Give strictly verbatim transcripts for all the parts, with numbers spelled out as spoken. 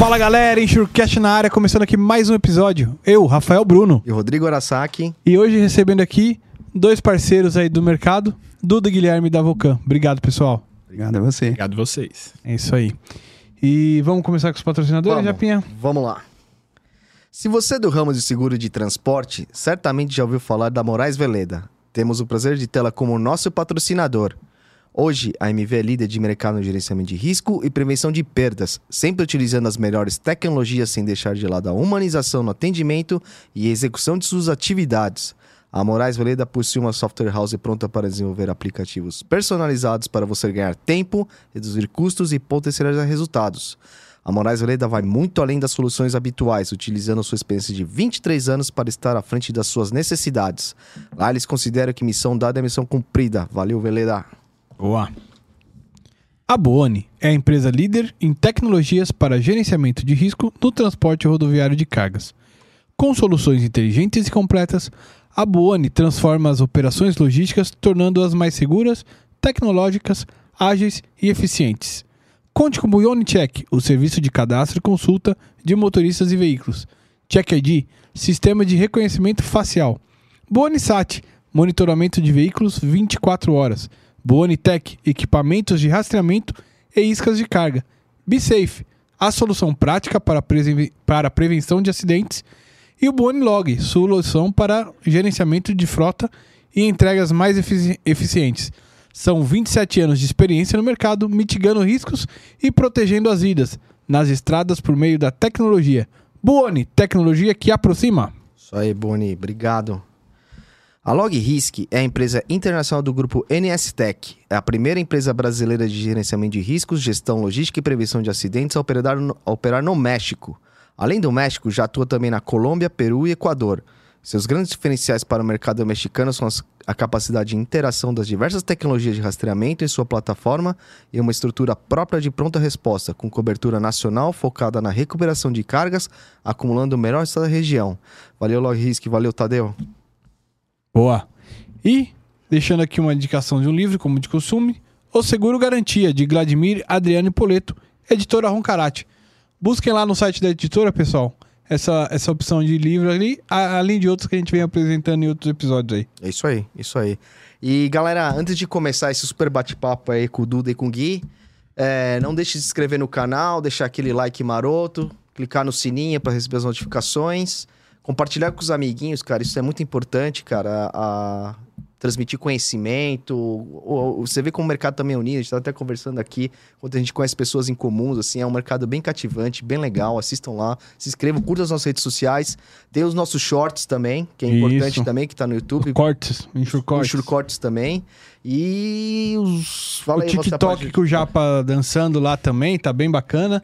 Fala galera, Insurecast na área, começando aqui mais um episódio. Eu, Rafael Bruno. E o Rodrigo Arasaki. E hoje recebendo aqui dois parceiros aí do mercado, Duda Guilherme da Vulcan. Obrigado, pessoal. Obrigado a você. Obrigado a vocês. É isso aí. E vamos começar com os patrocinadores, Vamos, Japinha? Vamos lá. Se você é do ramo de seguro de transporte, certamente já ouviu falar da Moraes Veleda. Temos o prazer de tê-la como nosso patrocinador. Hoje, a M V é líder de mercado no gerenciamento de risco e prevenção de perdas, sempre utilizando as melhores tecnologias sem deixar de lado a humanização no atendimento e execução de suas atividades. A Moraes Veleda possui uma software house pronta para desenvolver aplicativos personalizados para você ganhar tempo, reduzir custos e potencializar resultados. A Moraes Veleda vai muito além das soluções habituais, utilizando sua experiência de vinte e três anos para estar à frente das suas necessidades. Lá eles consideram que missão dada é missão cumprida. Valeu, Veleda! Boa. A Booni é a empresa líder em tecnologias para gerenciamento de risco no transporte rodoviário de cargas. Com soluções inteligentes e completas, a Booni transforma as operações logísticas, tornando-as mais seguras, tecnológicas, ágeis e eficientes. Conte com o Booni Check, o serviço de cadastro e consulta de motoristas e veículos. Check I D, sistema de reconhecimento facial. Booni Sat, monitoramento de veículos vinte e quatro horas. Booni Tech, equipamentos de rastreamento e iscas de carga. BeSafe, a solução prática para, prese- para a prevenção de acidentes. E o Booni Log, solução para gerenciamento de frota e entregas mais efici- eficientes. São vinte e sete anos de experiência no mercado, mitigando riscos e protegendo as vidas nas estradas por meio da tecnologia. Booni, tecnologia que aproxima. Isso aí, Boni. Obrigado. A LogRisk é a empresa internacional do grupo N S Tech. É a primeira empresa brasileira de gerenciamento de riscos, gestão logística e prevenção de acidentes a operar no, a operar no México. Além do México, já atua também na Colômbia, Peru e Equador. Seus grandes diferenciais para o mercado mexicano são as, a capacidade de interação das diversas tecnologias de rastreamento em sua plataforma e uma estrutura própria de pronta resposta, com cobertura nacional focada na recuperação de cargas, acumulando o melhor estado da região. Valeu, LogRisk. Valeu, Tadeu. Boa. E, deixando aqui uma indicação de um livro, como de costume, O Seguro Garantia, de Vladimir Adriano Poleto, editora Roncarate. Busquem lá no site da editora, pessoal, essa, essa opção de livro ali, a, além de outros que a gente vem apresentando em outros episódios aí. É isso aí, isso aí. E, galera, antes de começar esse super bate-papo aí com o Duda e com o Gui, é, não deixe de se inscrever no canal, deixar aquele like maroto, clicar no sininho para receber as notificações. Compartilhar com os amiguinhos, cara, isso é muito importante, cara, a, a transmitir conhecimento. O, o, você vê como o mercado também é unido, a gente tá até conversando aqui, quando a gente conhece pessoas em comuns, assim, é um mercado bem cativante, bem legal, assistam lá, se inscrevam, curtam as nossas redes sociais, tem os nossos shorts também, que é importante Isso. também, que tá no YouTube. O Cortes, Insure Cortes. Insure Cortes também. E os... Fala O aí, você TikTok pode... com o Japa dançando lá também, tá bem bacana.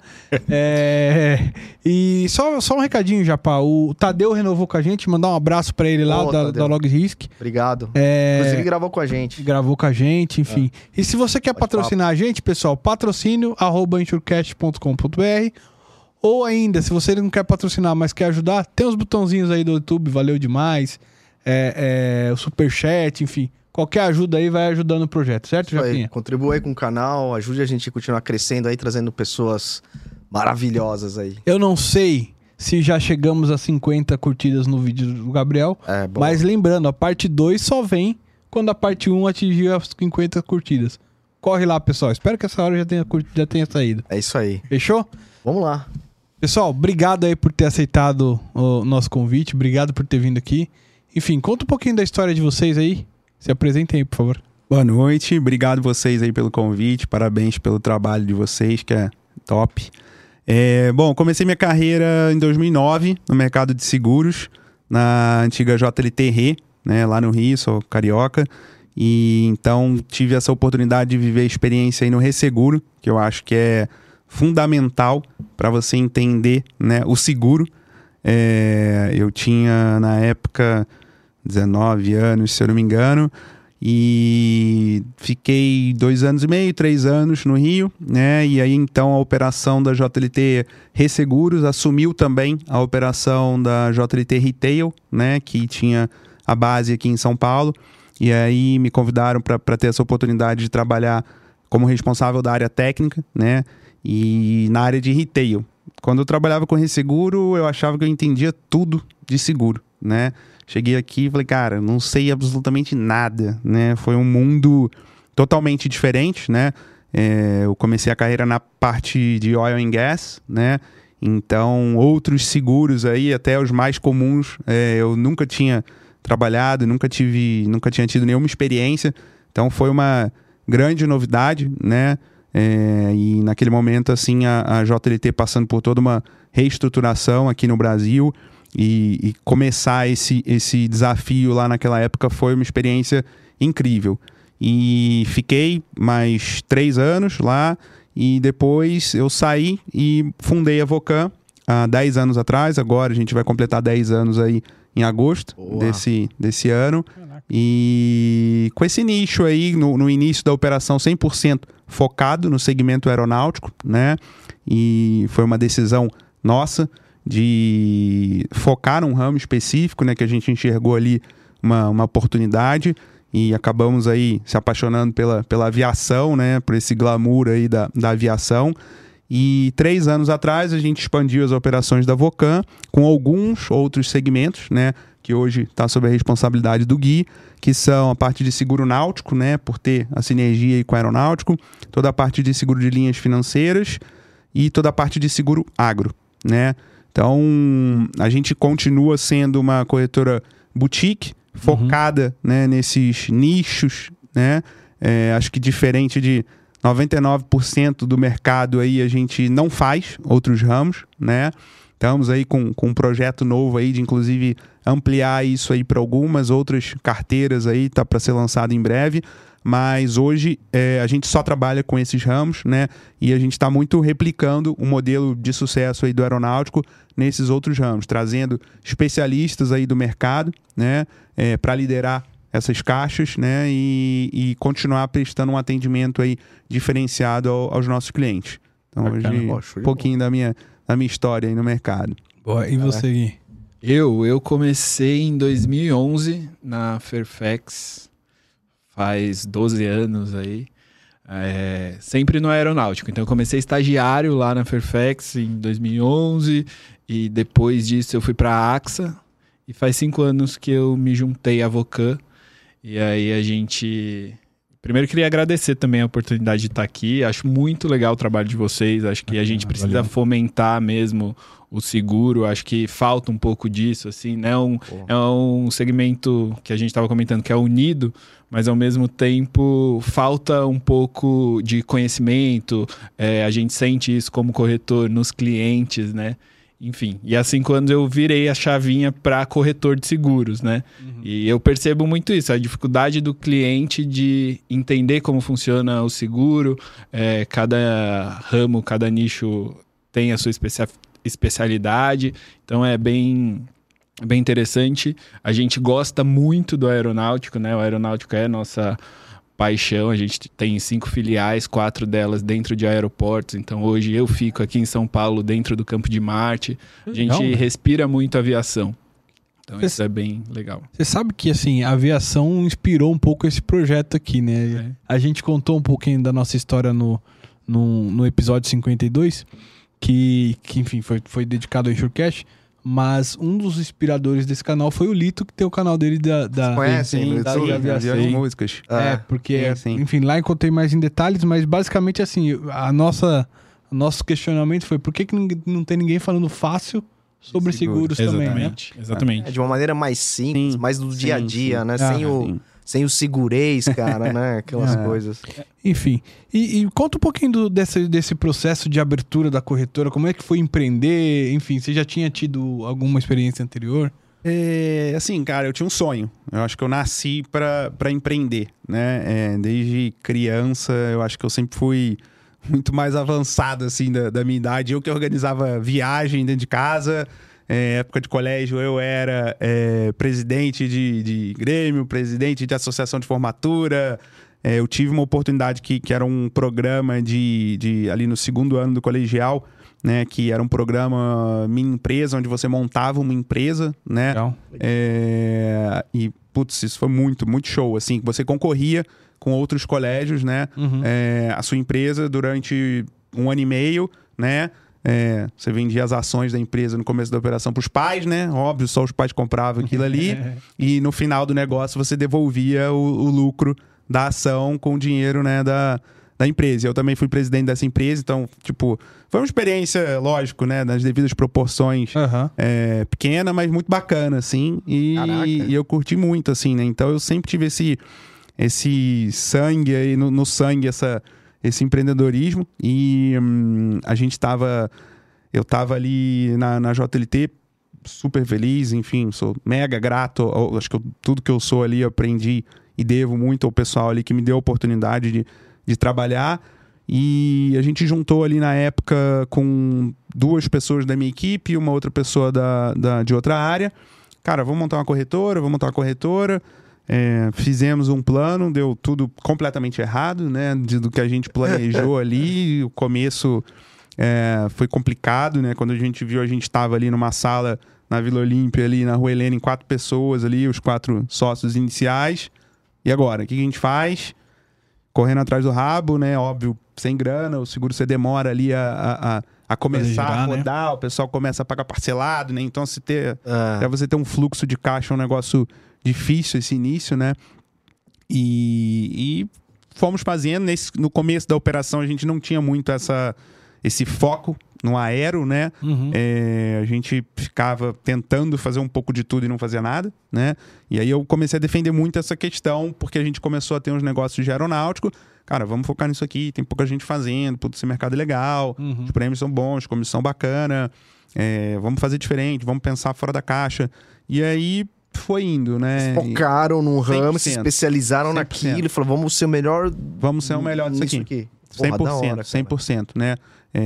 é... E só, só um recadinho, Japa. O Tadeu renovou com a gente, mandar um abraço pra ele lá, Ô, da, Tadeu. da LogRisk. Obrigado. É... Inclusive, ele gravou com a gente. Gravou com a gente, enfim. É. E se você quer Pode patrocinar a gente, pessoal, patrocínio arroba insurecast ponto com ponto b r. Ou ainda, se você não quer patrocinar, mas quer ajudar, tem os botãozinhos aí do YouTube, valeu demais. É, é, o Superchat, enfim. Qualquer ajuda aí vai ajudando o projeto, certo, Isso aí, Japinha? contribua aí com o canal, ajude a gente a continuar crescendo aí, trazendo pessoas maravilhosas aí. Eu não sei se já chegamos a cinquenta curtidas no vídeo do Gabriel, É, bom. mas lembrando, a parte dois só vem quando a parte um atingir as cinquenta curtidas. Corre lá, pessoal. Espero que essa hora já tenha, curti- já tenha saído. É isso aí. Fechou? Vamos lá. Pessoal, obrigado aí por ter aceitado o nosso convite. Obrigado por ter vindo aqui. Enfim, conta um pouquinho da história de vocês aí. Se apresentem aí, por favor. Boa noite, obrigado vocês aí pelo convite, parabéns pelo trabalho de vocês, que é top. É, bom, comecei minha carreira em dois mil e nove no mercado de seguros, na antiga J L T R, né, lá no Rio, sou carioca. E então tive essa oportunidade de viver a experiência aí no Resseguro, que eu acho que é fundamental para você entender, né, o seguro. É, eu tinha na época dezenove anos, se eu não me engano, e fiquei dois anos e meio, três anos no Rio, né? E aí então a operação da J L T Resseguros assumiu também a operação da J L T Retail, né? Que tinha a base aqui em São Paulo. E aí me convidaram para ter essa oportunidade de trabalhar como responsável da área técnica, né? E na área de retail, quando eu trabalhava com resseguro, eu achava que eu entendia tudo de seguro, né? Cheguei aqui e falei, cara, não sei absolutamente nada, né? Foi um mundo totalmente diferente, né? É, eu comecei a carreira na parte de oil and gas, né? Então, outros seguros aí, até os mais comuns, é, eu nunca tinha trabalhado, nunca tive, nunca tinha tido nenhuma experiência. Então, foi uma grande novidade, né? É, e naquele momento, assim, a, a J L T passando por toda uma reestruturação aqui no Brasil e, e começar esse, esse desafio lá naquela época foi uma experiência incrível. E fiquei mais três anos lá e depois eu saí e fundei a Vocan há dez anos atrás. Agora a gente vai completar dez anos aí em agosto desse, desse ano. Caraca. E com esse nicho aí, no, no início da operação cem por cento focado no segmento aeronáutico, né? E foi uma decisão nossa de focar num ramo específico, né? Que a gente enxergou ali uma, uma oportunidade e acabamos aí se apaixonando pela, pela aviação, né? Por esse glamour aí da, da aviação. E três anos atrás a gente expandiu as operações da Vocan com alguns outros segmentos, né? Que hoje está sob a responsabilidade do Gui, que são a parte de seguro náutico, né? Por ter a sinergia aí com o aeronáutico, toda a parte de seguro de linhas financeiras e toda a parte de seguro agro, né? Então, a gente continua sendo uma corretora boutique, focada, uhum. né, nesses nichos, né? É, acho que diferente de noventa e nove por cento do mercado aí, a gente não faz outros ramos, né? Estamos aí com, com um projeto novo aí de, inclusive, ampliar isso aí para algumas outras carteiras aí, tá para ser lançado em breve. Mas hoje é, a gente só trabalha com esses ramos, né? E a gente está muito replicando o modelo de sucesso aí do aeronáutico nesses outros ramos, trazendo especialistas aí do mercado, né? É, para liderar essas caixas, né? E, e continuar prestando um atendimento aí diferenciado ao, aos nossos clientes. Então, bacana, hoje, um pouquinho da minha, da minha história aí no mercado. Boa, e você, Gui? Eu, eu comecei em dois mil e onze na Fairfax, faz doze anos aí, é, sempre no aeronáutico. Então eu comecei estagiário lá na Fairfax em dois mil e onze e depois disso eu fui para a AXA e faz cinco anos que eu me juntei à Vocan. E aí a gente... Primeiro queria agradecer também a oportunidade de estar aqui. Acho muito legal o trabalho de vocês. Acho que a gente precisa Valeu. fomentar mesmo o seguro. Acho que falta um pouco disso, assim, né? Um, é um segmento que a gente estava comentando que é unido, mas ao mesmo tempo falta um pouco de conhecimento. É, a gente sente isso como corretor nos clientes, né? Enfim, e há cinco anos eu virei a chavinha para corretor de seguros, né? Uhum. E eu percebo muito isso, a dificuldade do cliente de entender como funciona o seguro. É, cada ramo, cada nicho tem a sua especia- especialidade, então é bem, bem interessante. A gente gosta muito do aeronáutico, né? O aeronáutico é nossa paixão. A gente tem cinco filiais, quatro delas dentro de aeroportos. Então hoje eu fico aqui em São Paulo dentro do Campo de Marte. A gente legal, né? respira muito aviação. Então cê, isso é bem legal. Você sabe que assim, a aviação inspirou um pouco esse projeto aqui, né? É. A gente contou um pouquinho da nossa história no, no, no episódio cinquenta e dois, que, que enfim, foi, foi dedicado ao Insurecast. Mas um dos inspiradores desse canal foi o Lito, que tem o canal dele da, da, conhecem, da, sim, da aviação. As músicas. É, porque, sim, sim. enfim, lá eu contei mais em detalhes, mas basicamente assim, a nossa, o nosso questionamento foi por que, que não tem ninguém falando fácil sobre seguros, seguros também, exatamente, né? Exatamente. É, de uma maneira mais simples, sim, mais do sim, dia a dia, sim. né? Ah, sem o... sim. Sem o segurez, cara, né? Aquelas é. coisas. Enfim, e, e conta um pouquinho do, desse, desse processo de abertura da corretora. Como é que foi empreender? Enfim, você já tinha tido alguma experiência anterior? É, assim, cara, eu tinha um sonho. Eu acho que eu nasci pra, pra empreender, né? É, desde criança, eu acho que eu sempre fui muito mais avançado, assim, da, da minha idade. Eu que organizava viagem dentro de casa... É, época de colégio eu era é, presidente de, de grêmio, presidente de associação de formatura. É, eu tive uma oportunidade que, que era um programa de, de ali no segundo ano do colegial, né, que era um programa Minha Empresa, onde você montava uma empresa, né? Legal. É, e, putz, isso foi muito, muito show, assim, que você concorria com outros colégios, né? Uhum. É, a sua empresa durante um ano e meio, né? É, você vendia as ações da empresa no começo da operação para os pais, né? Óbvio, só os pais compravam aquilo ali. E no final do negócio você devolvia o, o lucro da ação com o dinheiro, né, da, da empresa. Eu também fui presidente dessa empresa, então, tipo, foi uma experiência, lógico, né, nas devidas proporções, Aham. é, pequena, mas muito bacana, assim. E, Caraca. e eu curti muito, assim, né? Então eu sempre tive esse, esse sangue aí, no, no sangue, essa, esse empreendedorismo. E hum, a gente tava... Eu tava ali na, na J L T super feliz, enfim, sou mega grato. Eu, acho que eu, tudo que eu sou ali eu aprendi e devo muito ao pessoal ali que me deu a oportunidade de, de trabalhar. E a gente juntou ali na época com duas pessoas da minha equipe e uma outra pessoa da, da, de outra área. Cara, vamos montar uma corretora, vamos montar uma corretora. É, fizemos um plano, deu tudo completamente errado, né? De, do que a gente planejou ali. O começo é, foi complicado, né? Quando a gente viu, a gente estava ali numa sala na Vila Olímpia, ali na Rua Helena, em quatro pessoas ali, os quatro sócios iniciais. E agora, o que a gente faz? Correndo atrás do rabo, né? Óbvio, sem grana, o seguro você demora ali a, a, a começar girar, a rodar, né? O pessoal começa a pagar parcelado, né? Então, se ter, Ah. pra você ter um fluxo de caixa é um negócio difícil esse início, né? E, e fomos fazendo. Nesse, no começo da operação, a gente não tinha muito essa, esse foco no aero, né? Uhum. É, a gente ficava tentando fazer um pouco de tudo e não fazia nada, né? E aí eu comecei a defender muito essa questão, porque a gente começou a ter uns negócios de aeronáutico. Cara, vamos focar nisso aqui, tem pouca gente fazendo, putz, esse mercado é legal, Uhum. os prêmios são bons, comissão bacana, é, vamos fazer diferente, vamos pensar fora da caixa. E aí foi indo, né? Focaram num ramo, se cem por cento. especializaram cem por cento. naquilo e falaram, vamos ser o melhor Vamos ser o melhor disso nisso aqui. aqui. Porra, cem por da cento, hora, cara. cem por cento, né?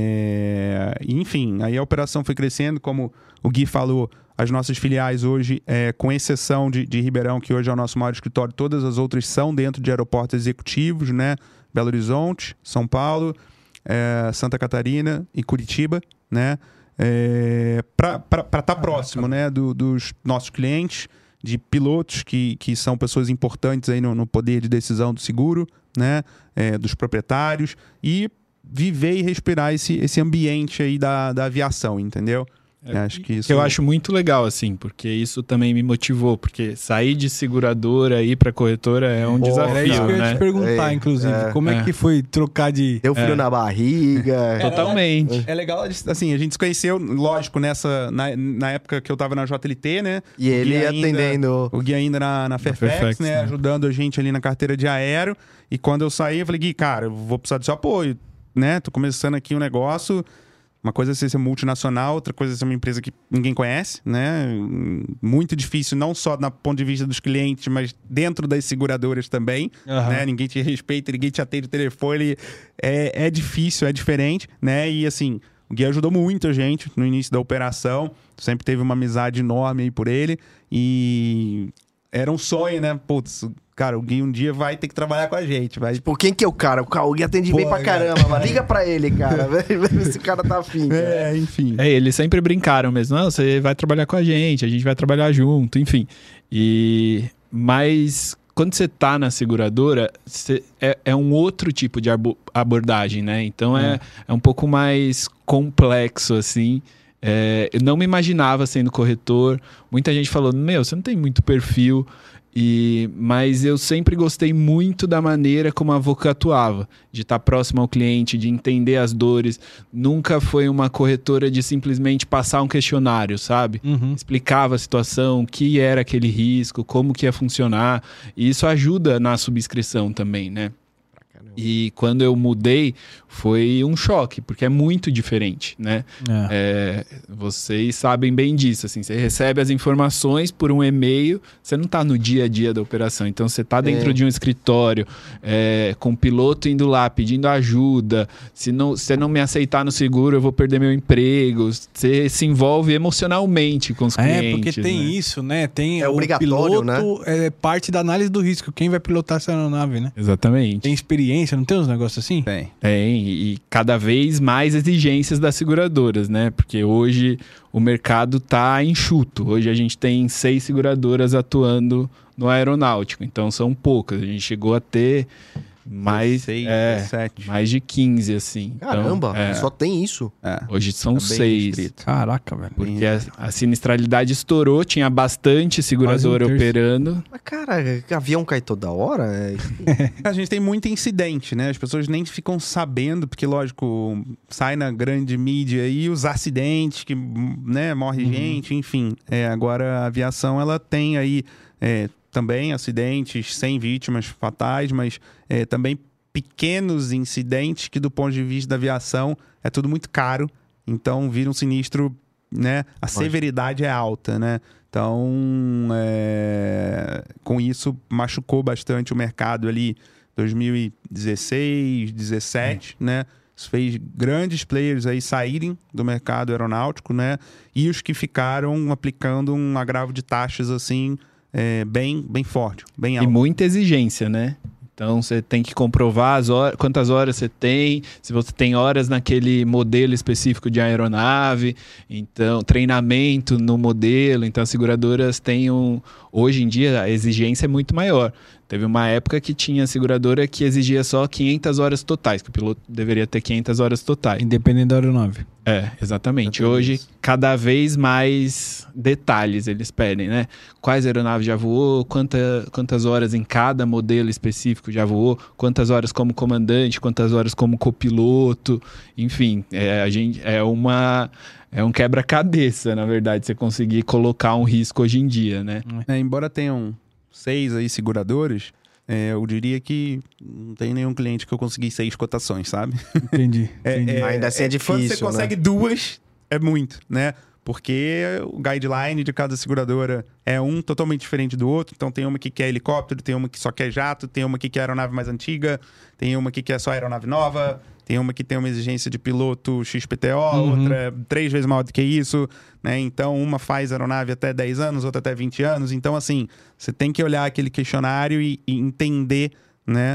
É, enfim, aí a operação foi crescendo, como o Gui falou, as nossas filiais hoje, é, com exceção de, de Ribeirão, que hoje é o nosso maior escritório, todas as outras são dentro de aeroportos executivos, né? Belo Horizonte, São Paulo, é, Santa Catarina e Curitiba, né? É, para estar próximo, né? Do, dos nossos clientes, de pilotos que, que são pessoas importantes aí no, no poder de decisão do seguro, né? É, dos proprietários e viver e respirar esse, esse ambiente aí da, da aviação, entendeu? É, acho que isso que eu acho muito legal, assim, porque isso também me motivou, porque sair de seguradora e ir pra corretora é um Pô, Era isso desafio, que eu ia né? te perguntar, É, inclusive. é. Como é. É. que foi trocar de... Deu frio É. na barriga. Totalmente. É legal, assim, a gente se conheceu, lógico, nessa, na, na época que eu tava na J L T, né? E O ele Gui ainda- atendendo. O Gui ainda na, na Fairfax, Fairfax, né? né? Ajudando a gente ali na carteira de aéreo. E quando eu saí, eu falei, Gui, cara, eu vou precisar do seu apoio, né? Tô começando aqui um negócio. Uma coisa é ser multinacional, outra coisa é ser uma empresa que ninguém conhece, né? Muito difícil, não só do ponto de vista dos clientes, mas dentro das seguradoras também, Aham. né? Ninguém te respeita, ninguém te atende o telefone. É, é difícil, é diferente, né? E assim, o Gui ajudou muito a gente no início da operação. Sempre teve uma amizade enorme aí por ele. E era um sonho, né? Putz, cara, o Gui um dia vai ter que trabalhar com a gente. Vai... Tipo, quem que é o cara? O Caugui atende bem Pô, pra cara. caramba, mas liga pra ele, cara. Vê vê se o cara tá afim. cara. É, enfim. É, eles sempre brincaram mesmo. Não, você vai trabalhar com a gente, a gente vai trabalhar junto, enfim. E... Mas quando você tá na seguradora, você- é, é um outro tipo de abo- abordagem, né? Então é, é um pouco mais complexo, assim. É, eu não me imaginava sendo corretor. Muita gente falou, meu, você não tem muito perfil. E, mas eu sempre gostei muito da maneira como a Voca atuava, de estar próximo ao cliente, de entender as dores. Nunca foi uma corretora de simplesmente passar um questionário, sabe? Uhum. Explicava a situação, o que era aquele risco, como que ia funcionar. E isso ajuda na subscrição também, né? E quando eu mudei, foi um choque, porque é muito diferente, né? É. É, vocês sabem bem disso, assim, você recebe as informações por um e-mail, você não está no dia a dia da operação, então você está dentro É. de um escritório, é, com o piloto indo lá pedindo ajuda, se não, se não me aceitar no seguro eu vou perder meu emprego, você se envolve emocionalmente com os É, clientes. porque tem né? isso, né? Tem É o obrigatório, piloto, é parte da análise do risco. Quem vai pilotar essa aeronave, né? Exatamente. Tem experiência, não tem uns negócios assim? Tem. Tem, e cada vez mais exigências das seguradoras, né? Porque hoje o mercado tá enxuto. Hoje a gente tem seis seguradoras atuando no aeronáutico, então são poucas. A gente chegou a ter mais, Seis, é, dezessete. mais de quinze, assim. Caramba, Então, é, só tem isso. É. hoje são Tá bem seis. restrito. Caraca, velho. Porque a, a sinistralidade estourou, tinha bastante seguradora Quase um terço. operando. Mas, cara, avião cai toda hora? É... A gente tem muito incidente, né? As pessoas nem ficam sabendo, porque, lógico, sai na grande mídia aí os acidentes, que, né, morre Uhum. gente, enfim. É, agora, a aviação, ela tem aí é, também acidentes sem vítimas fatais, mas é, também pequenos incidentes que, do ponto de vista da aviação, é tudo muito caro. Então, vira um sinistro, né? A severidade é alta, né? Então, é, com isso, machucou bastante o mercado ali dois mil e dezesseis, dezessete, é. né? Isso fez grandes players aí saírem do mercado aeronáutico, né? E os que ficaram aplicando um agravo de taxas, assim, é, bem, bem forte, bem alto. E muita exigência, né? Então, você tem que comprovar as horas, quantas horas você tem, se você tem horas naquele modelo específico de aeronave, então, treinamento no modelo. Então, as seguradoras têm um... Hoje em dia, a exigência é muito maior. Teve uma época que tinha seguradora que exigia só quinhentas horas totais, que o piloto deveria ter quinhentas horas totais. Independente da aeronave. É, exatamente. Exatamente. Hoje, cada vez mais detalhes eles pedem, né? Quais aeronaves já voou, quanta, quantas horas em cada modelo específico já voou, quantas horas como comandante, quantas horas como copiloto, enfim, é, a gente, é, uma, é um quebra-cabeça, na verdade, você conseguir colocar um risco hoje em dia, né? É, embora tenham seis aí seguradoras, é, eu diria que não tem nenhum cliente que eu consegui seis cotações, sabe? Entendi. entendi. Ainda assim é difícil, Quando você né? consegue duas, é muito, né? Porque o guideline de cada seguradora é um totalmente diferente do outro. Então tem uma que quer helicóptero, tem uma que só quer jato, tem uma que quer aeronave mais antiga, tem uma que quer só aeronave nova, tem uma que tem uma exigência de piloto X P T O, Uhum. outra é três vezes maior do que isso, né? Então uma faz aeronave até dez anos, outra até vinte anos. Então assim, você tem que olhar aquele questionário e, e entender, né?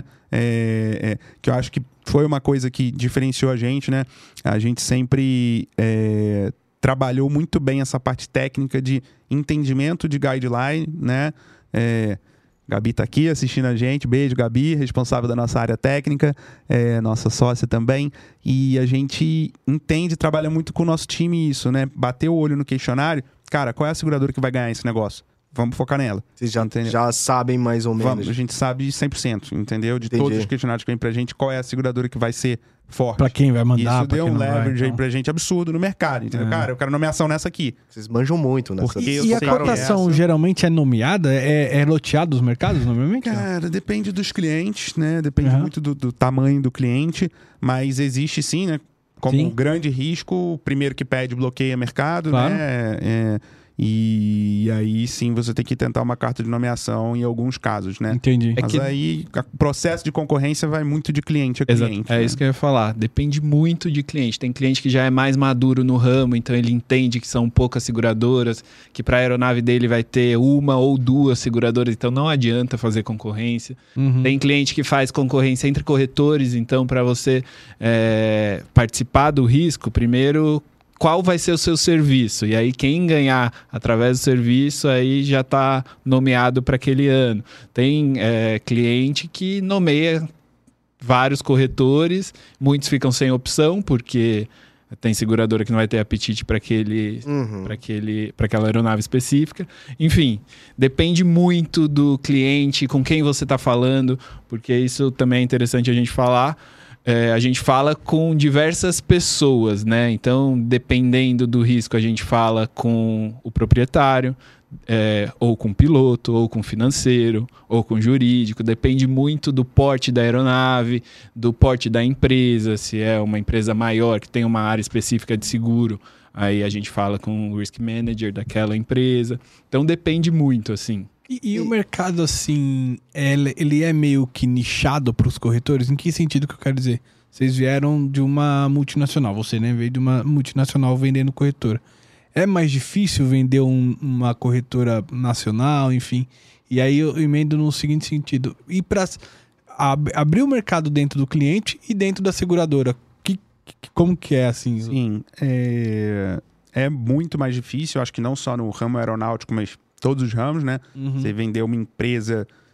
É, é, que eu acho que foi uma coisa que diferenciou a gente, né? A gente sempre... É, trabalhou muito bem essa parte técnica de entendimento de guideline, né? É, Gabi tá aqui assistindo a gente. Beijo, Gabi, responsável da nossa área técnica, é, nossa sócia também. E a gente entende, trabalha muito com o nosso time isso, né? Bater o olho no questionário. Cara, qual é a seguradora que vai ganhar esse negócio? Vamos focar nela. Vocês já, Entendeu? já sabem mais ou menos. Vamos, a gente sabe cem por cento, entendeu? De Entendi. todos os questionários que vem pra gente, qual é a seguradora que vai ser forte. Pra quem vai mandar, Isso pra deu quem um não vai, leverage aí então. pra gente absurdo no mercado, entendeu? É. Cara, eu quero nomeação nessa aqui. Vocês manjam muito nessa. Porque eu E a sei cotação essa. geralmente é nomeada? É, é loteado os mercados, normalmente? Cara, depende dos clientes, né? Depende Uhum. muito do, do tamanho do cliente, mas existe sim, né? Como Sim. um grande risco, o primeiro que pede bloqueia mercado, Claro. né? É, e aí sim você tem que tentar uma carta de nomeação em alguns casos, né? Entendi. É Mas que- aí o processo de concorrência vai muito de cliente a Exato. cliente. É né? isso que eu ia falar. Depende muito de cliente. Tem cliente que já é mais maduro no ramo, então ele entende que são poucas seguradoras, que para a aeronave dele vai ter uma ou duas seguradoras, então não adianta fazer concorrência. Uhum. Tem cliente que faz concorrência entre corretores, então para você é, participar do risco, primeiro qual vai ser o seu serviço? E aí quem ganhar através do serviço aí já está nomeado para aquele ano. Tem é, cliente que nomeia vários corretores, muitos ficam sem opção porque tem seguradora que não vai ter apetite para aquele Uhum. para aquele, para aquela aeronave específica. Enfim, depende muito do cliente, com quem você está falando, porque isso também é interessante a gente falar. É, a gente fala com diversas pessoas, né? Então, dependendo do risco, a gente fala com o proprietário, é, ou com o piloto, ou com o financeiro, ou com o jurídico. Depende muito do porte da aeronave, do porte da empresa. Se é uma empresa maior que tem uma área específica de seguro, aí a gente fala com o risk manager daquela empresa. Então, depende muito, assim. E, e o mercado, assim, ele, ele é meio que nichado para os corretores? Em que sentido que eu quero dizer? Vocês vieram de uma multinacional, você, né? Veio de uma multinacional vendendo corretora. É mais difícil vender um- uma corretora nacional, enfim. E aí eu emendo no seguinte sentido. E para abrir o mercado dentro do cliente e dentro da seguradora, que, que- como que é, assim? Sim, é, é muito mais difícil, acho que não só no ramo aeronáutico, mas todos os ramos, né? Uhum. Você vender uma empresa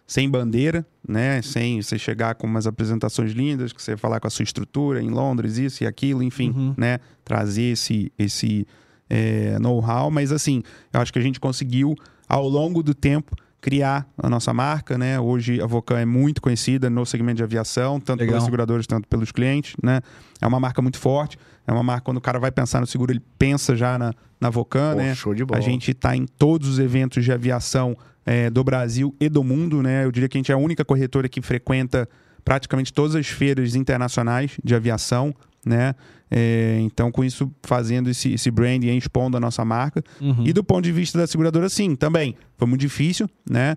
sem bandeira, né? Sem você chegar com umas apresentações lindas, que você falar com a sua estrutura em Londres, isso e aquilo, enfim, Uhum. né? Trazer esse, esse é, know-how. Mas assim, eu acho que a gente conseguiu, ao longo do tempo, criar a nossa marca, né? Hoje a Vocan é muito conhecida no segmento de aviação, tanto Legal. pelos seguradores, tanto pelos clientes, né? É uma marca muito forte, é uma marca, quando o cara vai pensar no seguro, ele pensa já na, na Vocan, Pô, né? show de bola. A gente está em todos os eventos de aviação é, do Brasil e do mundo, né? Eu diria que a gente é a única corretora que frequenta praticamente todas as feiras internacionais de aviação, né? É, então, com isso, fazendo esse, esse branding, expondo a nossa marca. Uhum. E do ponto de vista da seguradora, sim, também. Foi muito difícil, né?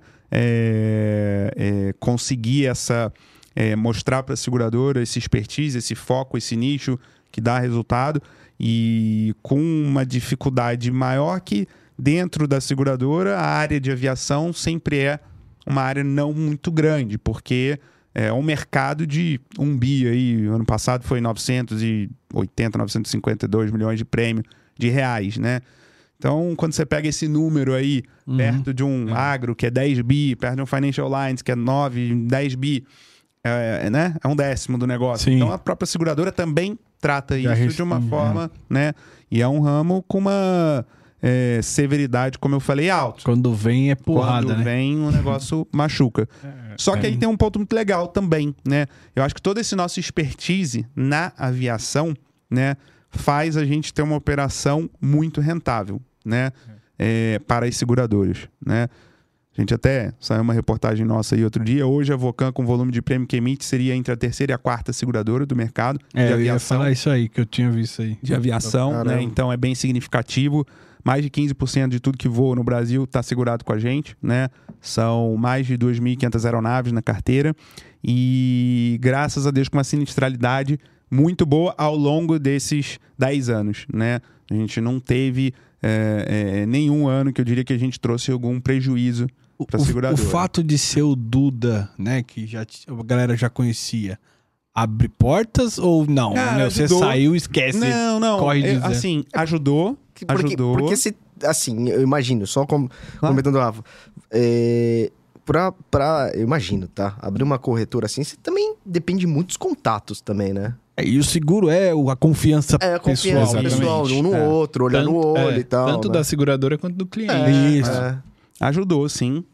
É, é, conseguir essa... É, mostrar para a seguradora esse expertise, esse foco, esse nicho que dá resultado. E com uma dificuldade maior que dentro da seguradora, a área de aviação sempre é uma área não muito grande, porque é um mercado de um bi aí, ano passado foi novecentos e oitenta, novecentos e cinquenta e dois milhões de prêmio de reais, né? Então, quando você pega esse número aí, Uhum. perto de um agro, que é dez bi, perto de um financial lines, que é nove, dez bi, é, né? É um décimo do negócio. Sim. Então, a própria seguradora também trata Já isso de uma restringe, forma, né? E é um ramo com uma é, severidade, como eu falei, alto. Quando vem é porrada, Quando né? vem, o negócio machuca. Só que aí tem um ponto muito legal também, né? Eu acho que todo esse nosso expertise na aviação, né, faz a gente ter uma operação muito rentável, né, é, para as seguradoras, né? A gente até saiu uma reportagem nossa aí outro dia. Hoje a Vocan, com volume de prêmio que emite, seria entre a terceira e a quarta seguradora do mercado É, de eu ia aviação. falar isso aí, que eu tinha visto aí. De aviação, Caramba. né? Então é bem significativo. Mais de quinze por cento de tudo que voa no Brasil está segurado com a gente, né? São mais de duas mil e quinhentas aeronaves na carteira. E graças a Deus com uma sinistralidade muito boa ao longo desses dez anos, né? A gente não teve é, é, nenhum ano que eu diria que a gente trouxe algum prejuízo para a O, o seguradora. fato de ser o Duda, né, que já, t- a galera já conhecia, abre portas ou não? Cara, Meu, você ajudou. saiu, esquece. Não, não. corre de é, zero. assim, ajudou. Que- Porque, ajudou. porque se, assim, eu imagino, só com, comentando, Rafa, é, pra, pra, eu imagino, tá? Abrir uma corretora assim, você também depende de muitos contatos também, né? É, e o seguro é o- a confiança É, a pessoal. confiança Exatamente. pessoal, um no É. outro, olhar no Tanto- olho é, e tal. Tanto né? da seguradora quanto do cliente. É, Isso. é. Ajudou, sim.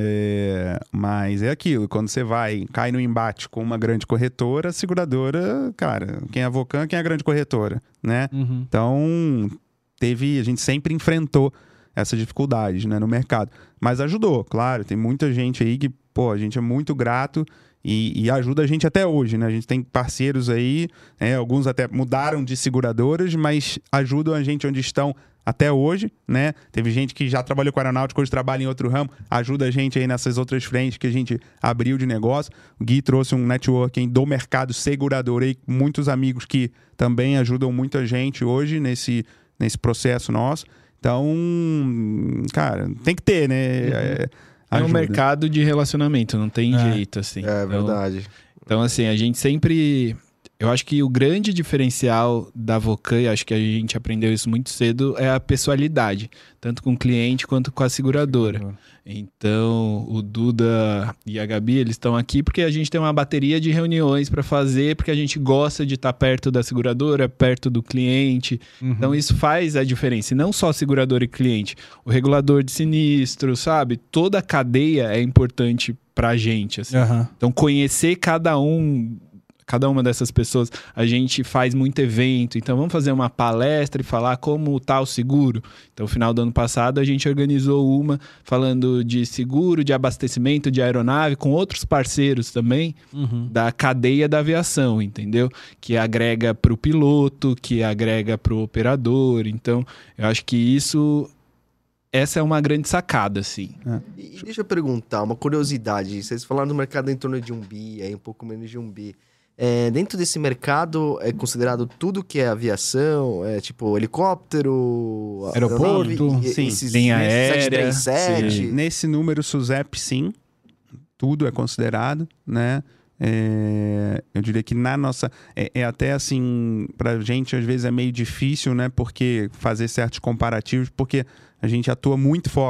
É, Mas é aquilo, quando você vai, cai no embate com uma grande corretora, a seguradora, cara, quem é a Vocan, quem é a grande corretora, né? Uhum. Então, teve, a gente sempre enfrentou essas dificuldades, né, no mercado. Mas ajudou, claro, tem muita gente aí que, pô, a gente é muito grato e, e ajuda a gente até hoje, né? A gente tem parceiros aí, né, alguns até mudaram de seguradoras, mas ajudam a gente onde estão até hoje, né? Teve gente que já trabalhou com aeronáutica, hoje trabalha em outro ramo, ajuda a gente aí nessas outras frentes que a gente abriu de negócio. O Gui trouxe um networking do mercado segurador aí, com muitos amigos que também ajudam muito a gente hoje nesse, nesse processo nosso. Então, cara, tem que ter, né? É, É um ajuda. mercado de relacionamento, não tem É. jeito, assim. É Então- verdade. Então, assim, a gente sempre... Eu acho que o grande diferencial da Vocan, e acho que a gente aprendeu isso muito cedo, é a pessoalidade. Tanto com o cliente quanto com a seguradora. Então, o Duda e a Gabi, eles estão aqui porque a gente tem uma bateria de reuniões para fazer, porque a gente gosta de estar perto da seguradora, perto do cliente. Uhum. Então, isso faz a diferença. E não só segurador e cliente. O regulador de sinistro, sabe? Toda a cadeia é importante pra gente, assim. Aham. Então, conhecer cada um, cada uma dessas pessoas, a gente faz muito evento. Então, vamos fazer uma palestra e falar como tá o seguro. Então, no final do ano passado, a gente organizou uma falando de seguro, de abastecimento de aeronave, com outros parceiros também Uhum. da cadeia da aviação, entendeu? Que agrega para o piloto, que agrega para o operador. Então, eu acho que isso... Essa é uma grande sacada, assim. E, e deixa eu perguntar, uma curiosidade. Vocês falaram do mercado em torno de um bi, aí um pouco menos de um bi. É, dentro desse mercado é considerado tudo que é aviação, é tipo helicóptero, Aeroporto, aeronave, e- sim. esses Linha sete aérea, três sete. sim. Nesse número SUSEP, sim, tudo é considerado, né? É, eu diria que na nossa... É, é até assim, pra gente às vezes é meio difícil, né? Porque fazer certos comparativos, porque a gente atua muito forte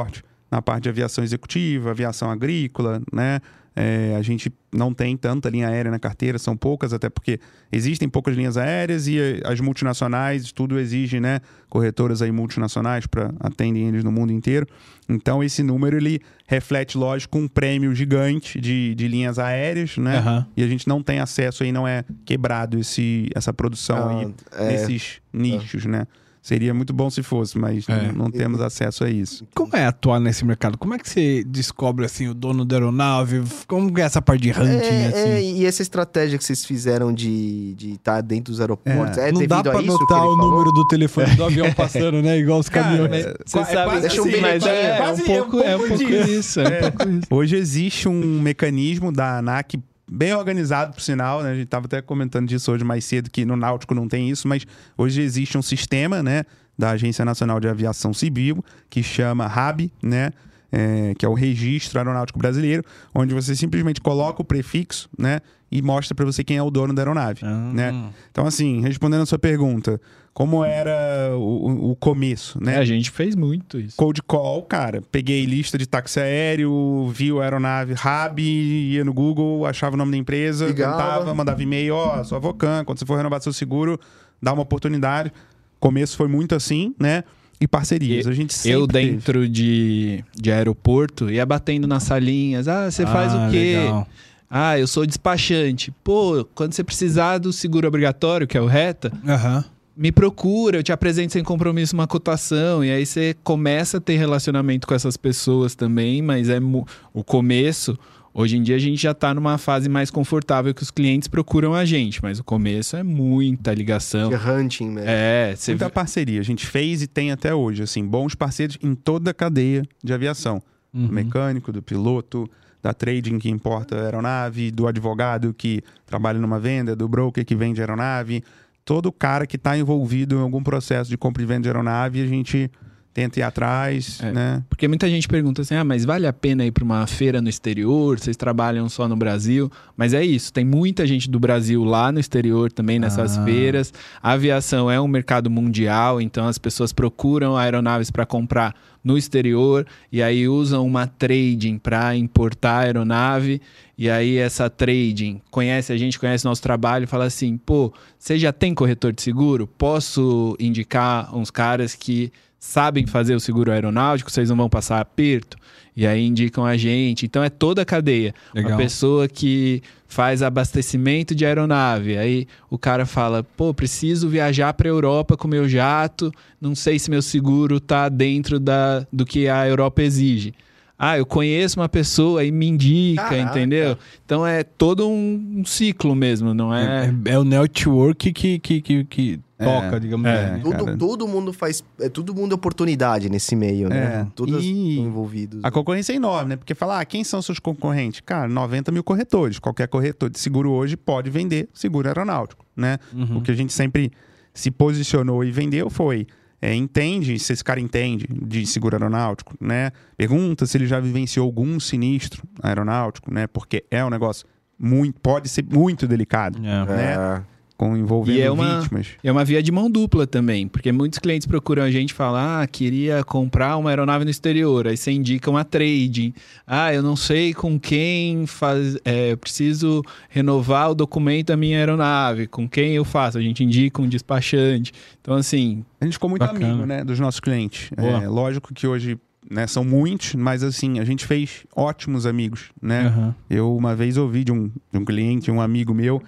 na parte de aviação executiva, aviação agrícola, né? É, a gente não tem tanta linha aérea na carteira, são poucas, até porque existem poucas linhas aéreas e as multinacionais, tudo exige, né, corretoras aí multinacionais para atendem eles no mundo inteiro. Então esse número ele reflete, lógico, um prêmio gigante de, de linhas aéreas, né? Aham. E a gente não tem acesso aí, não é quebrado esse, essa produção Ah, aí é. nesses nichos, né? Seria muito bom se fosse, mas É. não, não temos acesso a isso. Como é atuar nesse mercado? Como é que você descobre, assim, o dono da aeronave? Como é essa parte de hunting, É, assim? é, e essa estratégia que vocês fizeram de estar dentro dos aeroportos, é, É. Não devido dá pra a isso que anotar ele o falou? número do telefone do avião passando, né? Igual os caminhões. Cara, Você é sabe, quase Deixa um sim, mas bilhetinho, é, é, um quase- pouco, é um pouco disso. isso. É um pouco isso. Hoje existe um mecanismo da ANAC bem organizado, por sinal, né? A gente estava até comentando disso hoje mais cedo, que no Náutico não tem isso, mas hoje existe um sistema, né, da Agência Nacional de Aviação Civil, que chama RAB, né? É, que é o Registro Aeronáutico Brasileiro, onde você simplesmente coloca o prefixo, né, e mostra para você quem é o dono da aeronave, Ah. né? Então, assim, respondendo a sua pergunta, como era o, o começo, né? É, a gente fez muito isso. Cold call, cara. Peguei lista de táxi aéreo, vi a aeronave RAB, ia no Google, achava o nome da empresa, Ligava. tentava, mandava e-mail, ó, sou a Vocan, quando você for renovar seu seguro, dá uma oportunidade. Começo foi muito assim, né? E parcerias. A gente sempre Eu teve. dentro de, de aeroporto ia batendo nas salinhas. Ah, você faz Ah, o quê? legal. Ah, eu sou despachante. Pô, quando você precisar do seguro obrigatório, que é o RETA, Aham. me procura, eu te apresento sem compromisso uma cotação. E aí você começa a ter relacionamento com essas pessoas também, mas é mu- o começo. Hoje em dia a gente já está numa fase mais confortável que os clientes procuram a gente, mas o começo é muita ligação. De hunting mesmo. É, você Muita parceria. A gente fez e tem até hoje, assim, bons parceiros em toda a cadeia de aviação. Uhum. Do mecânico, do piloto, da trading que importa a aeronave, do advogado que trabalha numa venda, do broker que vende aeronave. Todo cara que está envolvido em algum processo de compra e venda de aeronave, a gente tenta ir atrás, É. né? Porque muita gente pergunta assim, ah, mas vale a pena ir para uma feira no exterior? Vocês trabalham só no Brasil? Mas é isso, tem muita gente do Brasil lá no exterior também nessas Ah. feiras. A aviação é um mercado mundial, então as pessoas procuram aeronaves para comprar no exterior e aí usam uma trading para importar a aeronave. E aí essa trading conhece a gente, conhece nosso trabalho e fala assim, pô, você já tem corretor de seguro? Posso indicar uns caras que sabem fazer o seguro aeronáutico, vocês não vão passar aperto, e aí indicam a gente. Então é toda a cadeia. Legal. Uma pessoa que faz abastecimento de aeronave, aí o cara fala, pô, preciso viajar para a Europa com meu jato, não sei se meu seguro tá dentro da, do que a Europa exige. Ah, eu conheço uma pessoa e me indica, Caraca. entendeu? Então é todo um, um ciclo mesmo, não É, é? é, é o network que, que, que, que toca, digamos é. assim. Todo, cara. todo mundo faz. É, todo mundo é oportunidade nesse meio, né? É. Todos E- estão envolvidos. A concorrência é enorme, né? Porque falar, ah, quem são seus concorrentes? Cara, noventa mil corretores. Qualquer corretor de seguro hoje pode vender seguro aeronáutico, né? Uhum. O que a gente sempre se posicionou e vendeu foi, é, entende se esse cara entende de seguro aeronáutico, né? Pergunta se ele já vivenciou algum sinistro aeronáutico, né? Porque é um negócio muito, pode ser muito delicado, É. né? É. Com envolvendo E é uma- vítimas. É uma via de mão dupla também, porque muitos clientes procuram a gente e falam, ah, queria comprar uma aeronave no exterior, aí você indica uma trading. Ah, eu não sei com quem faz, é, eu preciso renovar o documento da minha aeronave, com quem eu faço? A gente indica um despachante. Então, assim, A gente ficou muito Bacana. amigo, né, dos nossos clientes. Boa. É, lógico que hoje, né, são muitos, mas assim, a gente fez ótimos amigos, né? Aham. Eu uma vez ouvi de um, de um cliente, um amigo meu,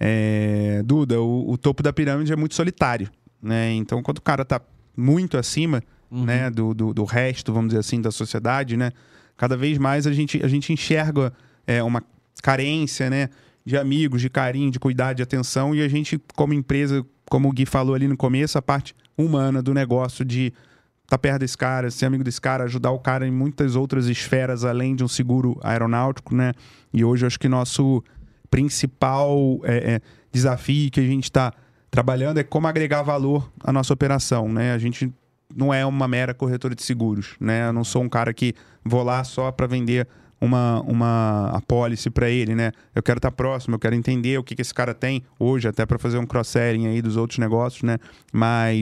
é, Duda, o, o topo da pirâmide é muito solitário, né? Então, quando o cara tá muito acima, Uhum. né, do, do, do resto, vamos dizer assim, da sociedade, né? Cada vez mais a gente, a gente enxerga é, uma carência, né, de amigos, de carinho, de cuidado, de atenção, e a gente, como empresa, como o Gui falou ali no começo, a parte humana do negócio de estar perto desse cara, ser amigo desse cara, ajudar o cara em muitas outras esferas, além de um seguro aeronáutico, né? E hoje eu acho que nosso principal é, é, desafio que a gente está trabalhando é como agregar valor à nossa operação, né? A gente não é uma mera corretora de seguros, né? Eu não sou um cara que vou lá só para vender uma, uma apólice para ele, né? Eu quero estar próximo, eu quero entender o que, que esse cara tem hoje, até para fazer um cross-selling aí dos outros negócios, né? Mas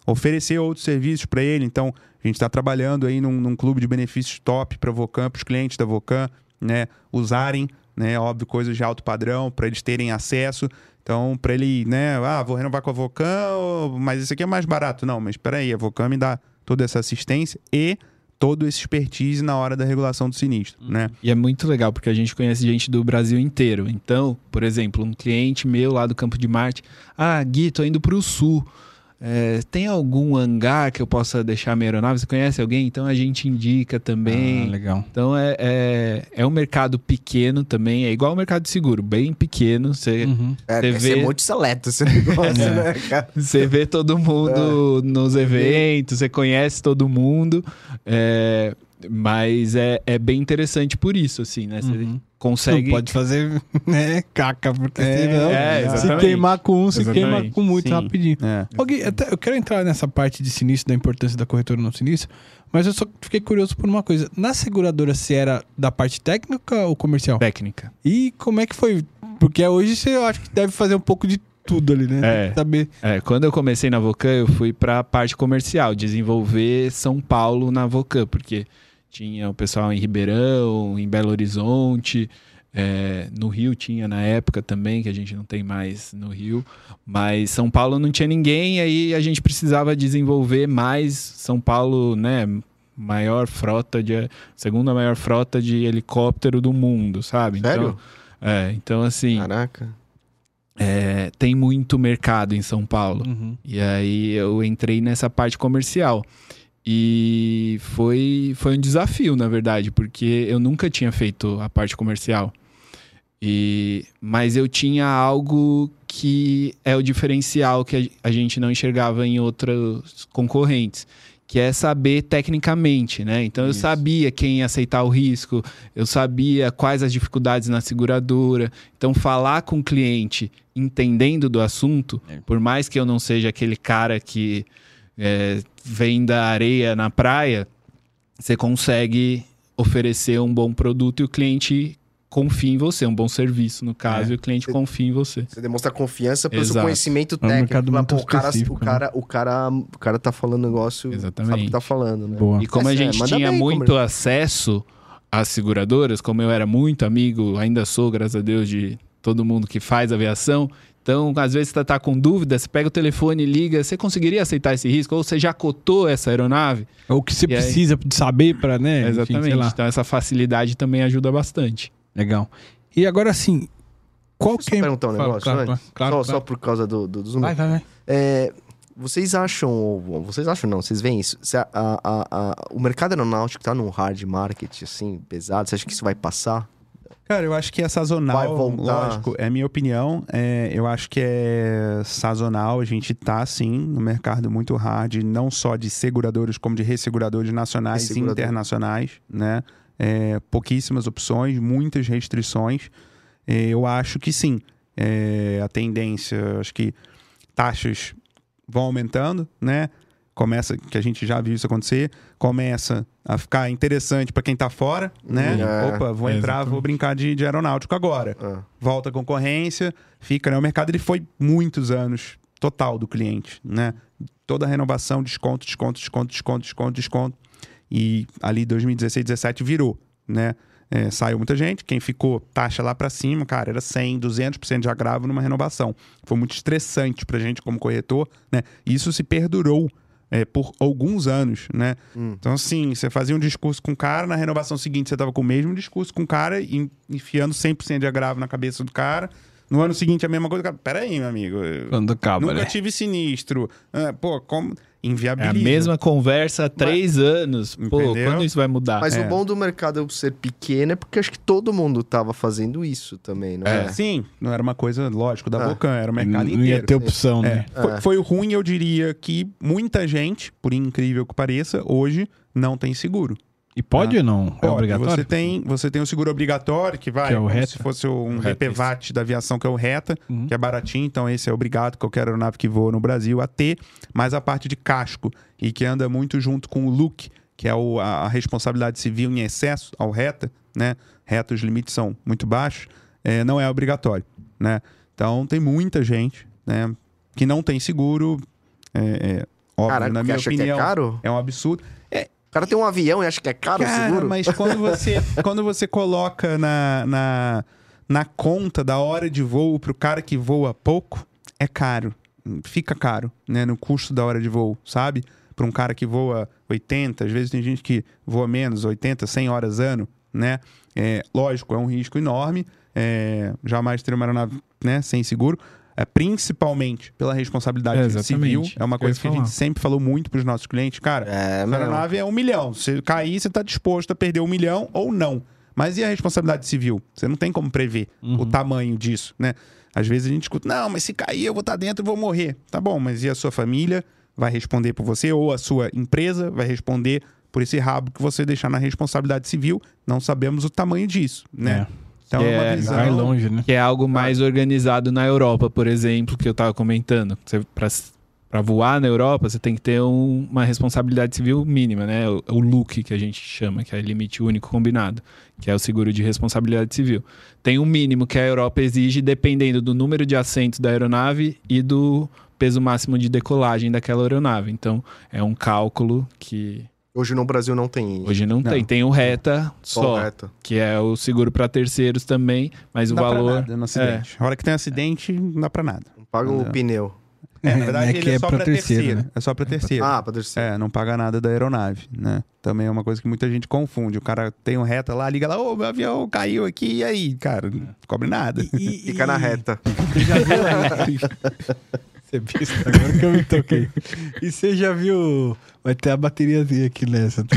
oferecer outros serviços para ele. Então, a gente está trabalhando aí num, num clube de benefícios top para a Vocan, para os clientes da Vocan, né, usarem, né, óbvio, coisas de alto padrão, para eles terem acesso. Então, para ele, né, ah, vou renovar com a Vocan, mas isso aqui é mais barato. Não, mas espera aí, a Vocan me dá toda essa assistência e todo esse expertise na hora da regulação do sinistro, uhum. né? E é muito legal, porque a gente conhece gente do Brasil inteiro. Então, por exemplo, um cliente meu lá do Campo de Marte, ah, Gui, tô indo pro sul. É, tem algum hangar que eu possa deixar minha aeronave? Você conhece alguém? Então a gente indica também. Ah, legal. Então é, é, é um mercado pequeno também, é igual ao mercado de seguro, bem pequeno. Você uhum. é, vê... ser muito seleto esse negócio, é. né, cara? Você vê todo mundo é. nos eventos, você conhece todo mundo. É, mas é, é bem interessante por isso, assim, né? Você uhum. consegue... Não pode fazer, né, caca, porque é, senão é, se queimar com um, se exatamente. queima com muito Sim. rapidinho. É. Ô, Gui, até, eu quero entrar nessa parte de sinistro, da importância da corretora no sinistro, mas eu só fiquei curioso por uma coisa. Na seguradora, se era da parte técnica ou comercial? Técnica. E como é que foi? Porque hoje você, eu acho que deve fazer um pouco de tudo ali, né? É. Saber. É, quando eu comecei na Vocan, eu fui para a parte comercial, desenvolver São Paulo na Vocan, porque tinha o pessoal em Ribeirão, em Belo Horizonte, é, no Rio tinha na época também, que a gente não tem mais no Rio, mas São Paulo não tinha ninguém, aí a gente precisava desenvolver mais. São Paulo, né, maior frota de, segunda maior frota de helicóptero do mundo, sabe? Sério? Então, é, então assim, Caraca. é, tem muito mercado em São Paulo. Uhum. E aí eu entrei nessa parte comercial. E foi, foi um desafio, na verdade, porque eu nunca tinha feito a parte comercial. E, mas eu tinha algo que é o diferencial que a gente não enxergava em outros concorrentes, que é saber tecnicamente, né? Então eu Isso. sabia quem ia aceitar o risco, eu sabia quais as dificuldades na seguradora. Então falar com o cliente entendendo do assunto, É. por mais que eu não seja aquele cara que é, vem da areia na praia, você consegue oferecer um bom produto e o cliente confia em você, um bom serviço, no caso, É. e o cliente Você- confia em você. Você demonstra confiança pelo seu Exato. conhecimento É um técnico. mercado Fala, muito pô, o, cara, específico, o, cara, o, cara, o cara tá falando um negócio, Exatamente. sabe o que tá falando, né? Boa. E como a É, gente manda tinha bem, muito como- acesso às seguradoras, como eu era muito amigo, ainda sou, graças a Deus, de todo mundo que faz aviação, então, às vezes você tá com dúvida, você pega o telefone e liga, você conseguiria aceitar esse risco? Ou você já cotou essa aeronave? Ou o que você E aí? precisa de saber para, né? enfim, Exatamente. sei lá. Então, essa facilidade também ajuda bastante. Legal. E agora, assim, qual Deixa eu que é... só perguntar um Fala, negócio, claro, vai. claro, claro, só, claro. só por causa do, do, dos Vai, números. vai, vai. É, vocês acham, ou- vocês acham não, vocês veem isso? Se a- a- a- a- o mercado aeronáutico tá num hard market, assim, pesado, você acha que isso vai passar? Cara, eu acho que é sazonal, Vai voltar. lógico, é a minha opinião. É, eu acho que é sazonal, a gente tá, sim, no mercado muito hard, não só de seguradores, como de resseguradores nacionais e Ressegurador. internacionais, né? É, pouquíssimas opções, muitas restrições. É, eu acho que sim, é, a tendência, acho que taxas vão aumentando, né? Começa, que a gente já viu isso acontecer, começa a ficar interessante para quem tá fora, né? É. Opa, vou É, entrar, exatamente. vou brincar de, de aeronáutico agora. Ah, Volta a concorrência, fica, né? O mercado ele foi muitos anos total do cliente, né? Toda a renovação, desconto, desconto, desconto, desconto, desconto, desconto. E ali dois mil e dezesseis, dezessete virou, né? É, saiu muita gente, quem ficou taxa lá para cima, cara, era cem, duzentos por cento de agravo numa renovação. Foi muito estressante pra gente como corretor, né? E isso se perdurou é, por alguns anos, né? Hum. Então, assim, você fazia um discurso com o cara, na renovação seguinte você tava com o mesmo discurso com o cara, e enfiando cem por cento de agravo na cabeça do cara. No ano seguinte, a mesma coisa. Cara, peraí, meu amigo. eu Quando acaba, Nunca né? tive sinistro. Ah, pô, como... É a Inviabiliza. mesma conversa há três anos. Pô, Entendeu? quando isso vai mudar? Mas É. o bom do mercado ser pequeno é porque acho que todo mundo tava fazendo isso também, não é? Sim, não era uma coisa, lógico, da Ah. Vocan, era o mercado Não inteiro. ia ter opção, né? É. Foi, É. foi o ruim, eu diria, que muita gente, por incrível que pareça, hoje não tem seguro. E pode Ah. ou não? É Pode. obrigatório? Você tem, você tem o seguro obrigatório, que vai Que é o como Reta. se fosse um O Reta, B P V A T da aviação, que é o Reta, Uhum. que é baratinho, então esse é obrigado, qualquer aeronave que voa no Brasil, a ter, mas a parte de casco, e que anda muito junto com o L U C, que é o, a, a responsabilidade civil em excesso ao Reta, né? Reta, os limites são muito baixos, é, não é obrigatório, né? Então tem muita gente, né, que não tem seguro, é, é, Óbvio, Caraca, na porque minha acha opinião, que é caro? é um absurdo. É, O cara tem um avião e acha que é caro o cara, seguro? mas quando você, quando você coloca na, na, na conta da hora de voo pro cara que voa pouco, é caro. Fica caro, né? No custo da hora de voo, sabe? Para um cara que voa oitenta, às vezes tem gente que voa menos, oitenta, cem horas ano, né? É, lógico, é um risco enorme. É, jamais ter uma aeronave, né, sem seguro. É, principalmente pela responsabilidade É, civil. exatamente. É uma Isso que eu ia coisa que a falar. gente sempre falou muito para os nossos clientes. Cara, É, a meu. aeronave é um milhão. Se cair, você está disposto a perder um milhão ou não. Mas e a responsabilidade civil? Você não tem como prever Uhum. o tamanho disso, né? Às vezes a gente escuta, não, mas se cair eu vou estar dentro e vou morrer. Tá bom, mas e a sua família vai responder por você? Ou a sua empresa vai responder por esse rabo que você deixar na responsabilidade civil? Não sabemos o tamanho disso, né? É. Então é, uma É, visão... Vai longe, né? Que é algo mais organizado na Europa, por exemplo, que eu tava comentando. Você, pra, pra voar na Europa, você tem que ter um- uma responsabilidade civil mínima, né? O, o L U C, que a gente chama, que é limite único combinado, que é o seguro de responsabilidade civil. Tem um mínimo que a Europa exige dependendo do número de assentos da aeronave e do peso máximo de decolagem daquela aeronave. Então, é um cálculo que Hoje no Brasil não tem isso. hoje não, Não. tem. Tem o reta só, Correto. que é o seguro para terceiros também, mas o Não dá pra valor... nada no acidente. A hora que tem acidente, não dá pra nada. Não paga o Entendeu? pneu. É, na verdade, É ele que é, é só pra pra terceiro, terceiro. né? É só pra terceiro. Ah, pra terceiro. É, não paga nada da aeronave, né? Também é uma coisa que muita gente confunde. O cara tem um reta lá, liga lá, ô, meu avião caiu aqui, e aí? Cara, não cobre nada. E- e- Fica na reta. Você já viu aí? Você viu? Agora que eu me toquei. E você já viu... Vai ter a bateriazinha aqui nessa.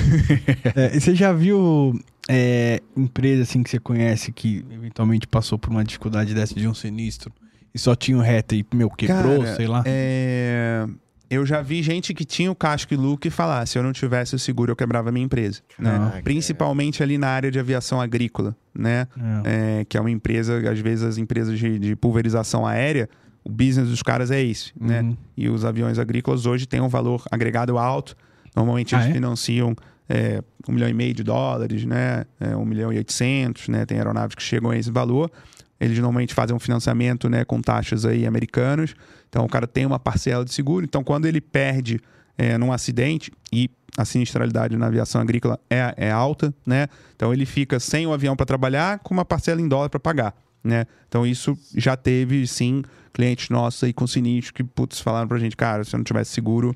É, e você já viu é, empresa assim que você conhece que eventualmente passou por uma dificuldade dessa de um sinistro e só tinha o reta e, meu, quebrou, Cara, sei lá? É... Eu já vi gente que tinha o casco e look e falar, se eu não tivesse o seguro, eu quebrava a minha empresa. Né? Caraca. Principalmente ali na área de aviação agrícola, né? É. É, que é uma empresa, às vezes as empresas de, de pulverização aérea, o business dos caras é esse, né? Uhum. E os aviões agrícolas hoje têm um valor agregado alto. Normalmente Ah, eles é? financiam é, um milhão e meio de dólares, né? É, um milhão e oitocentos, né? Tem aeronaves que chegam a esse valor. Eles normalmente fazem um financiamento, né, com taxas aí americanas. Então o cara tem uma parcela de seguro. Então quando ele perde é, num acidente, e a sinistralidade na aviação agrícola é, é alta, né? Então ele fica sem o avião para trabalhar com uma parcela em dólar para pagar, né? Então isso já teve, sim, clientes nossos aí com sinistro que, putz, falaram pra gente, cara, se eu não tivesse seguro,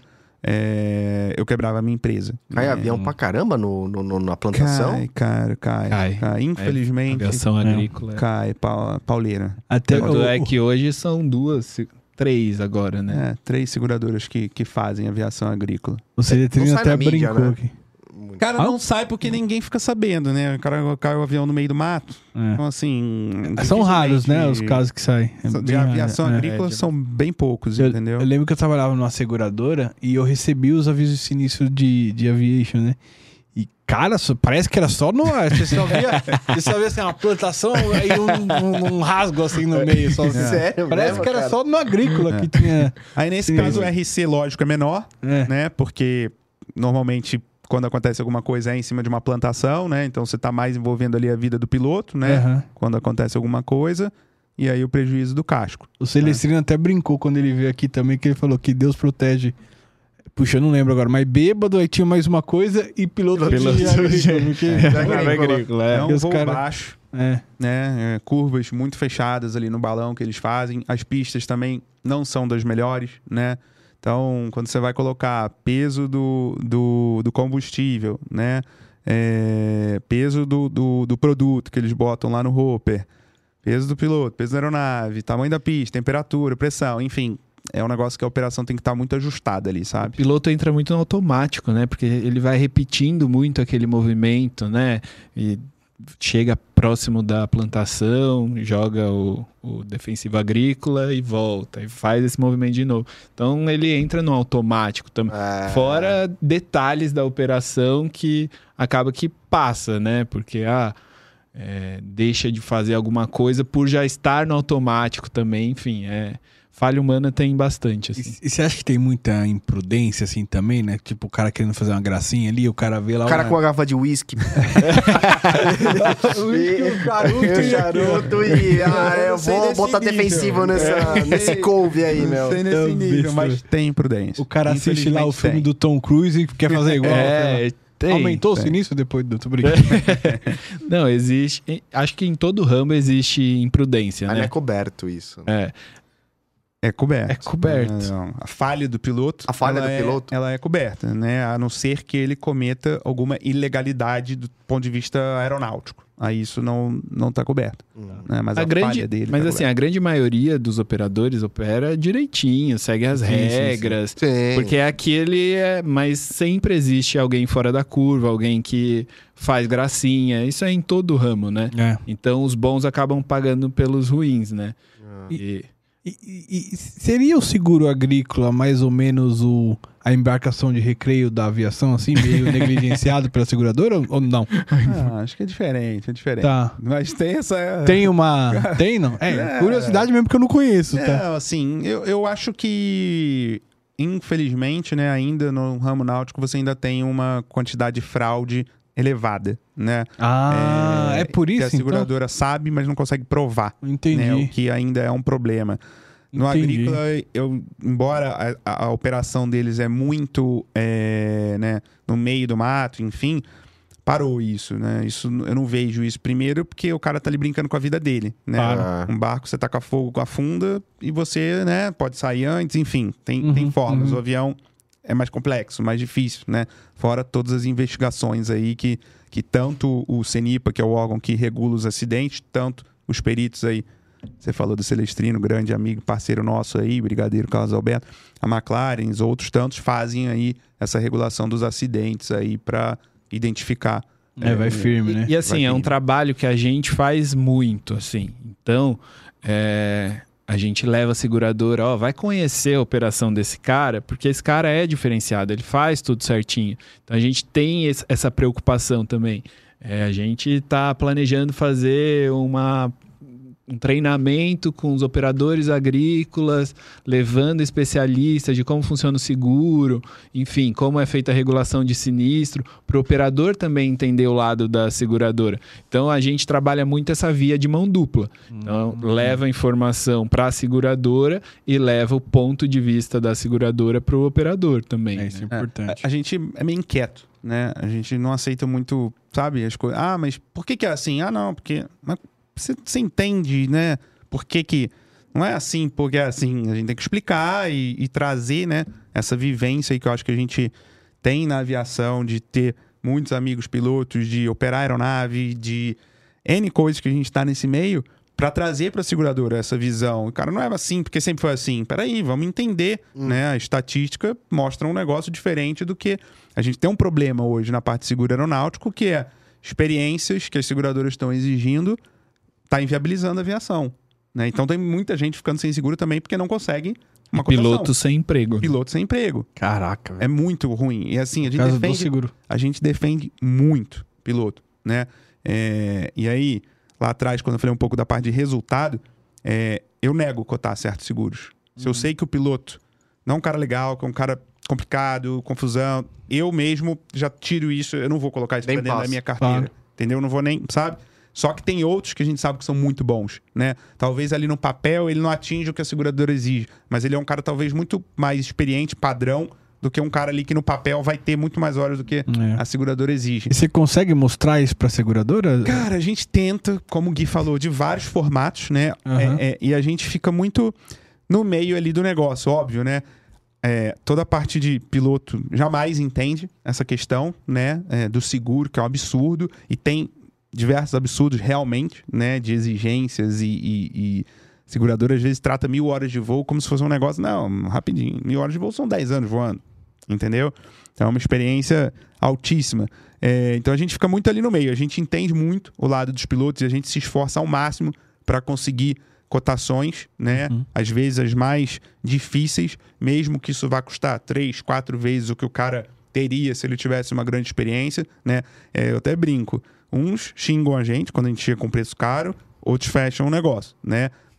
é, eu quebrava a minha empresa. Cai né? avião pra caramba no, no- no- na plantação? Cai, cara, cai, Cai. cai. Infelizmente, Aviação É. agrícola. cai, pa- pauleira. Até Tanto o- é que hoje são duas, três agora, né? É, três seguradoras que, que fazem aviação agrícola. o Celetrino Não sai até na mídia, brincou né? aqui. Muito. Cara, Ah? não sai porque ninguém fica sabendo, né? O cara cai o avião no meio do mato. É. Então, assim... São raros, né, os dificilmente- casos que saem. É De bem aviação raro, é. agrícola É, de- são bem poucos, Eu, entendeu? eu lembro que eu trabalhava numa seguradora e eu recebi os avisos de sinistro de, de aviation, né? E, cara, só- parece que era só no... Você só via, você só via assim, uma plantação e um, um- um rasgo assim no meio. Só, assim. Sério Parece mesmo, que era cara? só no agrícola que tinha... Aí, nesse Sim. caso, o R C, lógico, é menor, É. né? Porque, normalmente, quando acontece alguma coisa é em cima de uma plantação, né? Então, você tá mais envolvendo ali a vida do piloto, né? Aham. Quando acontece alguma coisa. E aí, o prejuízo do casco. O Celestrino até brincou quando ele veio aqui também, que ele falou que Deus protege... Puxa, eu não lembro agora, mas bêbado, aí tinha mais uma coisa e piloto, Piloto de de- agrícola, porque- agrícola, É, é. um os voo cara- baixo, É. né? É, curvas muito fechadas ali no balão que eles fazem. As pistas também não são das melhores, né? Então, quando você vai colocar peso do, do, do combustível, né? É, peso do, do, do produto que eles botam lá no hopper, peso do piloto, peso da aeronave, tamanho da pista, temperatura, pressão, enfim. É um negócio que a operação tem que estar muito ajustada ali, O sabe? piloto entra muito no automático, né? Porque ele vai repetindo muito aquele movimento, né? E chega próximo da plantação, joga o, o defensivo agrícola e volta, e faz esse movimento de novo. Então ele entra no automático também. É. Fora detalhes da operação que acaba que passa, né? Porque ah, é, deixa de fazer alguma coisa por já estar no automático também, enfim, é... falha humana tem bastante, assim. E você acha que tem muita imprudência, assim, também, né? Tipo, o cara querendo fazer uma gracinha ali, o cara vê lá... O cara uma... com uma garrafa de uísque. o charuto, o charuto e... Ah, eu vou botar defensivo nessa, nesse couve aí, meu. Não sei nesse É um nível, besta. mas tem imprudência. O cara assiste lá o Infelizmente filme tem. do Tom Cruise e quer fazer igual. É, tem. Aumentou-se tem. nisso depois do... Tô brincando. Não, existe... Acho que em todo ramo existe imprudência, Mas não né? é coberto isso. É. É coberto. É coberto. Não, a falha do piloto. A falha ela do é- piloto? Ela é coberta, né? A não ser que ele cometa alguma ilegalidade do ponto de vista aeronáutico. Aí isso não, não tá coberto. Né? Mas a, a grande, falha dele mas tá assim, coberta. a grande maioria dos operadores opera direitinho, segue as Sim, sim, sim. regras. Sim. Porque é aquele, é, mas sempre existe alguém fora da curva, alguém que faz gracinha. Isso é em todo o ramo, né? É. Então os bons acabam pagando pelos ruins, né? Ah. E- E, e- e seria o seguro agrícola mais ou menos o, a embarcação de recreio da aviação, assim, meio negligenciado pela seguradora ou não? Ah, acho que é diferente, é diferente. Tá. Mas tem essa... Tem uma... Tem, não? É, É. curiosidade mesmo que eu não conheço, tá? É, assim, eu, eu acho que, infelizmente, né, ainda no ramo náutico, você ainda tem uma quantidade de fraude elevada, né? Ah, é, por Que isso, a seguradora sabe, mas não consegue provar. então? Entendi. Né, o que ainda é um problema. No Entendi. agrícola, eu, embora a, a- a operação deles é muito é, né, no meio do mato, enfim, parou isso, né? Isso, eu não vejo isso primeiro porque o cara tá ali brincando com a vida dele, né? Claro. Um barco, você taca fogo, afunda e você, né, pode sair antes, enfim, tem, Uhum, tem formas. uhum. O avião é mais complexo, mais difícil, né? Fora todas as investigações aí que, que tanto o CENIPA, que é o órgão que regula os acidentes, tanto os peritos aí. Você falou do Celestrino, grande amigo, parceiro nosso aí, brigadeiro Carlos Alberto, a McLaren, os outros tantos fazem aí essa regulação dos acidentes aí para identificar. É, vai firme, né? E assim, Vai é um firme. trabalho que a gente faz muito, assim. Então, é, a gente leva a seguradora, ó, vai conhecer a operação desse cara, porque esse cara é diferenciado, ele faz tudo certinho. Então, a gente tem esse- essa preocupação também. É, a gente está planejando fazer uma... um treinamento com os operadores agrícolas, levando especialistas de como funciona o seguro, enfim, como é feita a regulação de sinistro, para o operador também entender o lado da seguradora. Então, a gente trabalha muito essa via de mão dupla. Então, leva a informação para a seguradora e leva o ponto de vista da seguradora para o operador também. É, isso é né? importante. A, a gente é meio inquieto, né? A gente não aceita muito, sabe, as coisas. Ah, mas por que que é assim? Ah, não, porque... Mas você, você entende, né? Por que que... Não é assim porque é assim. A gente tem que explicar e, e trazer, né? Essa vivência aí que eu acho que a gente tem na aviação, de ter muitos amigos pilotos, de operar aeronave, de N coisas que a gente está nesse meio, para trazer para a seguradora essa visão. O cara não é assim porque sempre foi assim. Peraí, vamos entender, né? A estatística mostra um negócio diferente do que... A gente tem um problema hoje na parte de seguro aeronáutico, que é experiências que as seguradoras estão exigindo, está inviabilizando a aviação. Né? Então tem muita gente ficando sem seguro também porque não consegue uma cotação. Piloto sem emprego. Piloto sem emprego. Caraca, velho. É muito ruim. E assim, a gente, Por causa do defende, seguro. a gente defende muito piloto, né? É, e aí, lá atrás, quando eu falei um pouco da parte de resultado, é, eu nego cotar certos seguros. Se eu sei que o piloto não é um cara legal, que é um cara complicado, confusão, eu mesmo já tiro isso, eu não vou colocar isso Nem pra dentro passa. da minha carteira. Claro. Entendeu? Eu não vou nem, sabe? Só que tem outros que a gente sabe que são muito bons, né? Talvez ali no papel ele não atinja o que a seguradora exige, mas ele é um cara talvez muito mais experiente, padrão, do que um cara ali que no papel vai ter muito mais horas do que É. a seguradora exige. E você consegue mostrar isso pra seguradora? Cara, a gente tenta, como o Gui falou, de vários formatos, né? Aham. É, é, e a gente fica muito no meio ali do negócio, óbvio, né? É, toda a parte de piloto jamais entende essa questão, né? É, do seguro, que é um absurdo. E tem diversos absurdos realmente, né? De exigências e, e, e seguradora às vezes trata mil horas de voo como se fosse um negócio. Não, rapidinho. Mil horas de voo são dez anos voando. Entendeu? Então é uma experiência altíssima. É, então a gente fica muito ali no meio. A gente entende muito o lado dos pilotos e a gente se esforça ao máximo para conseguir cotações, né? Uhum. Às vezes as mais difíceis, mesmo que isso vá custar três, quatro vezes o que o cara teria se ele tivesse uma grande experiência, né? É, eu até brinco. Uns xingam a gente quando a gente chega com preço caro, outros fecham o negócio, né?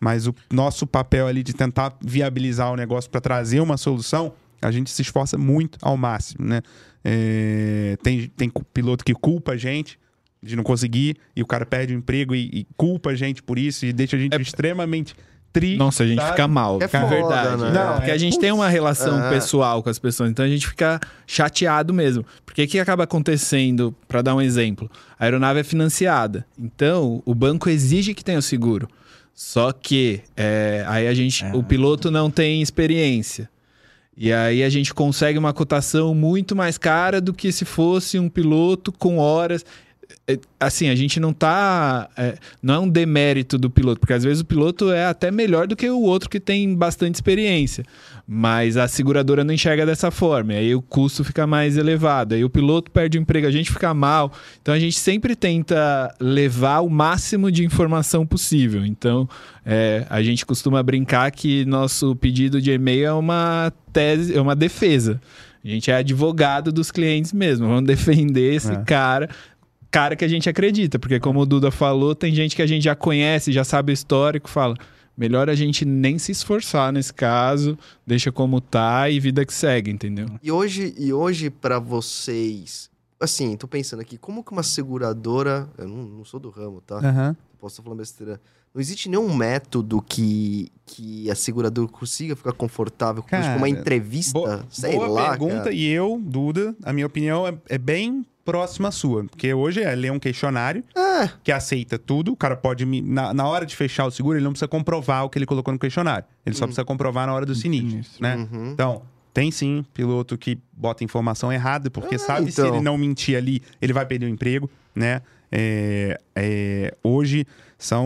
Mas o nosso papel ali de tentar viabilizar o negócio para trazer uma solução, a gente se esforça muito ao máximo, né? É, tem, tem piloto que culpa a gente de não conseguir, e o cara perde o emprego e, e culpa a gente por isso, e deixa a gente É... extremamente triste. Nossa, a gente sabe? fica mal. É É foda, verdade. né? Não, Porque é- a gente tem uma relação é. pessoal com as pessoas, então a gente fica chateado mesmo. Porque o que acaba acontecendo, para dar um exemplo? A aeronave é financiada, então o banco exige que tenha o seguro. Só que é, aí a gente, É. o piloto não tem experiência. E aí a gente consegue uma cotação muito mais cara do que se fosse um piloto com horas. É, assim, a gente não tá... é, não é um demérito do piloto, porque às vezes o piloto é até melhor do que o outro que tem bastante experiência. Mas a seguradora não enxerga dessa forma. E aí o custo fica mais elevado. Aí o piloto perde o emprego, a gente fica mal. Então a gente sempre tenta levar o máximo de informação possível. Então é, a gente costuma brincar que nosso pedido de e-mail é uma tese, é uma defesa. A gente é advogado dos clientes mesmo. Vamos defender esse É. cara... cara que a gente acredita, porque como o Duda falou, tem gente que a gente já conhece, já sabe o histórico, fala, melhor a gente nem se esforçar nesse caso, deixa como tá e vida que segue, entendeu? E hoje, e hoje para vocês, assim, tô pensando aqui, como que uma seguradora, eu não, não sou do ramo, tá? Aham. Posso estar falando besteira. Não existe nenhum método que, que a seguradora consiga ficar confortável com isso, Cara, uma entrevista, Boa, sei boa lá, pergunta, cara. e eu, Duda, a minha opinião é, é bem próxima à sua. Porque hoje é ler um questionário É, que aceita tudo. O cara pode, me- na, na hora de fechar o seguro, ele não precisa comprovar o que ele colocou no questionário. Ele só Hum. precisa comprovar na hora do sinistro, Sinistro. né? uhum. Então, tem sim piloto que bota informação errada, porque Ah, sabe se então. ele não mentir ali, ele vai perder o emprego, né? É, é, hoje são...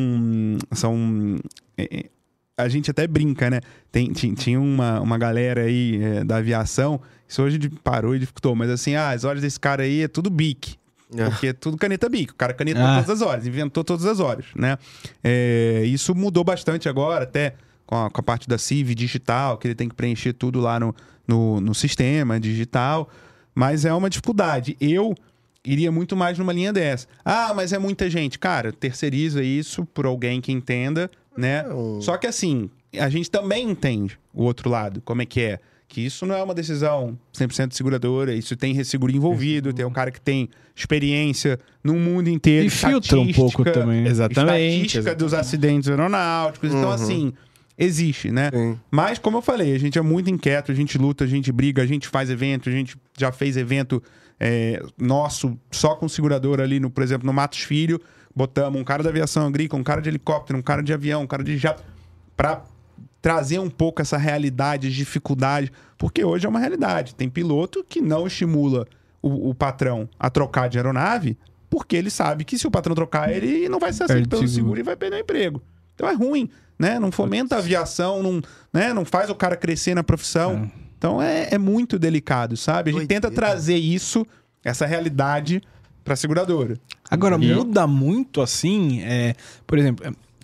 são é, é, a gente até brinca, né? Tem, ti- tinha uma, uma galera aí é, da aviação, isso hoje de- parou e dificultou, mas assim, ah, as horas desse cara aí é tudo bique. É. Porque é tudo caneta bico. O cara canetou Ah. todas as horas, inventou todas as horas, né? É, isso mudou bastante agora, até com a, com a parte da C I V digital, que ele tem que preencher tudo lá no, no, no sistema digital. Mas é uma dificuldade. Eu iria muito mais numa linha dessa. Ah, mas é muita gente. Cara, terceiriza isso por alguém que entenda, né? É um- Só que assim, a gente também entende o outro lado, como é que é. Que isso não é uma decisão cem por cento de seguradora, isso tem resseguro envolvido, tem um cara que tem experiência no mundo inteiro. E filtra um pouco estatística, também, né? Exatamente. Estatística dos acidentes aeronáuticos. Então, Uhum. assim, existe, né? Sim. Mas, como eu falei, a gente é muito inquieto, a gente luta, a gente briga, a gente faz evento, a gente já fez evento é, nosso só com seguradora ali, no, por exemplo, no Matos Filho. Botamos um cara da aviação agrícola, um cara de helicóptero, um cara de avião, um cara de jato, pra trazer um pouco essa realidade, as dificuldades, porque hoje é uma realidade. Tem piloto que não estimula o, o patrão a trocar de aeronave, porque ele sabe que se o patrão trocar, ele não vai ser aceito Perde pelo seguro. seguro e vai perder o emprego. Então é ruim, né? Não fomenta a aviação, não, né? Não faz o cara crescer na profissão. Então é, é muito delicado, sabe? A gente tenta Doideira. trazer isso, essa realidade, pra seguradora. Agora, Entendeu? muda muito assim, é, por exemplo,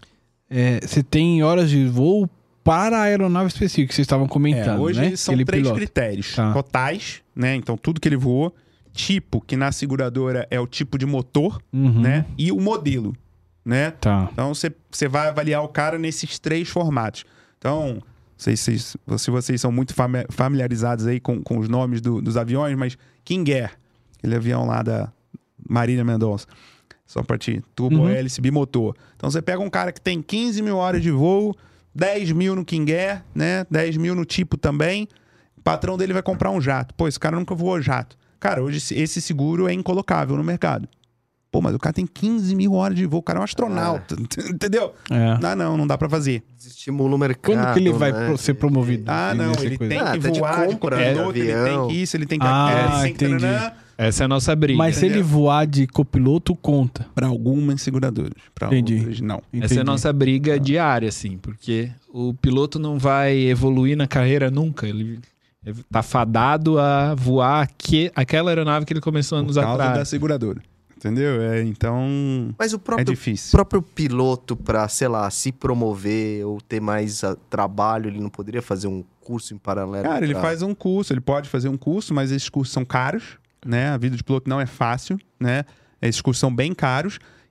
é, você tem horas de voo para a aeronave específica que vocês estavam É, comentando, hoje né? são Aquele três piloto. critérios Tá. totais, né? Então tudo que ele voou, tipo, que na seguradora é o tipo de motor, Uhum. né? E o modelo, né? Tá. Então você você vai avaliar o cara nesses três formatos. Então, não sei se vocês, se vocês são muito fami- familiarizados aí com, com os nomes do- dos aviões, mas King Air, aquele avião lá da Marília Mendonça, só pra ti, turbo Uhum. hélice bimotor. Então você pega um cara que tem quinze mil horas de voo, dez mil no King Air, né? dez mil no tipo também. O patrão dele vai comprar um jato. Pô, esse cara nunca voou jato. Cara, hoje esse- esse seguro é incolocável no mercado. Pô, mas o cara tem quinze mil horas de voo, o cara é um astronauta, entendeu? É. Não, não, não dá pra fazer. Desestimula o mercado. Quando que ele vai né? pro- ser promovido? Ah, não, Nessa ele coisa? tem Ah, que até de voar de compra, copiloto, né, ele avião. tem que isso, ele tem que... Ah, ele tem que- entendi. tananã. Essa é a nossa briga. Mas se ele entendeu? voar de copiloto, conta. Pra algumas seguradoras, pra Entendi. outras não. Essa é a Entendi. nossa briga diária, assim, porque o piloto não vai evoluir na carreira nunca. Ele tá fadado a voar que, aquela aeronave que ele começou anos Por causa atrás. da seguradora, entendeu? É, então, Mas o é próprio, difícil. próprio piloto, pra, sei lá, se promover ou ter mais ah, trabalho, ele não poderia fazer um curso em paralelo? Cara, ele pra- faz um curso, ele pode fazer um curso, mas esses cursos são caros, né? A vida de piloto não é fácil, né? Esses cursos são bem caros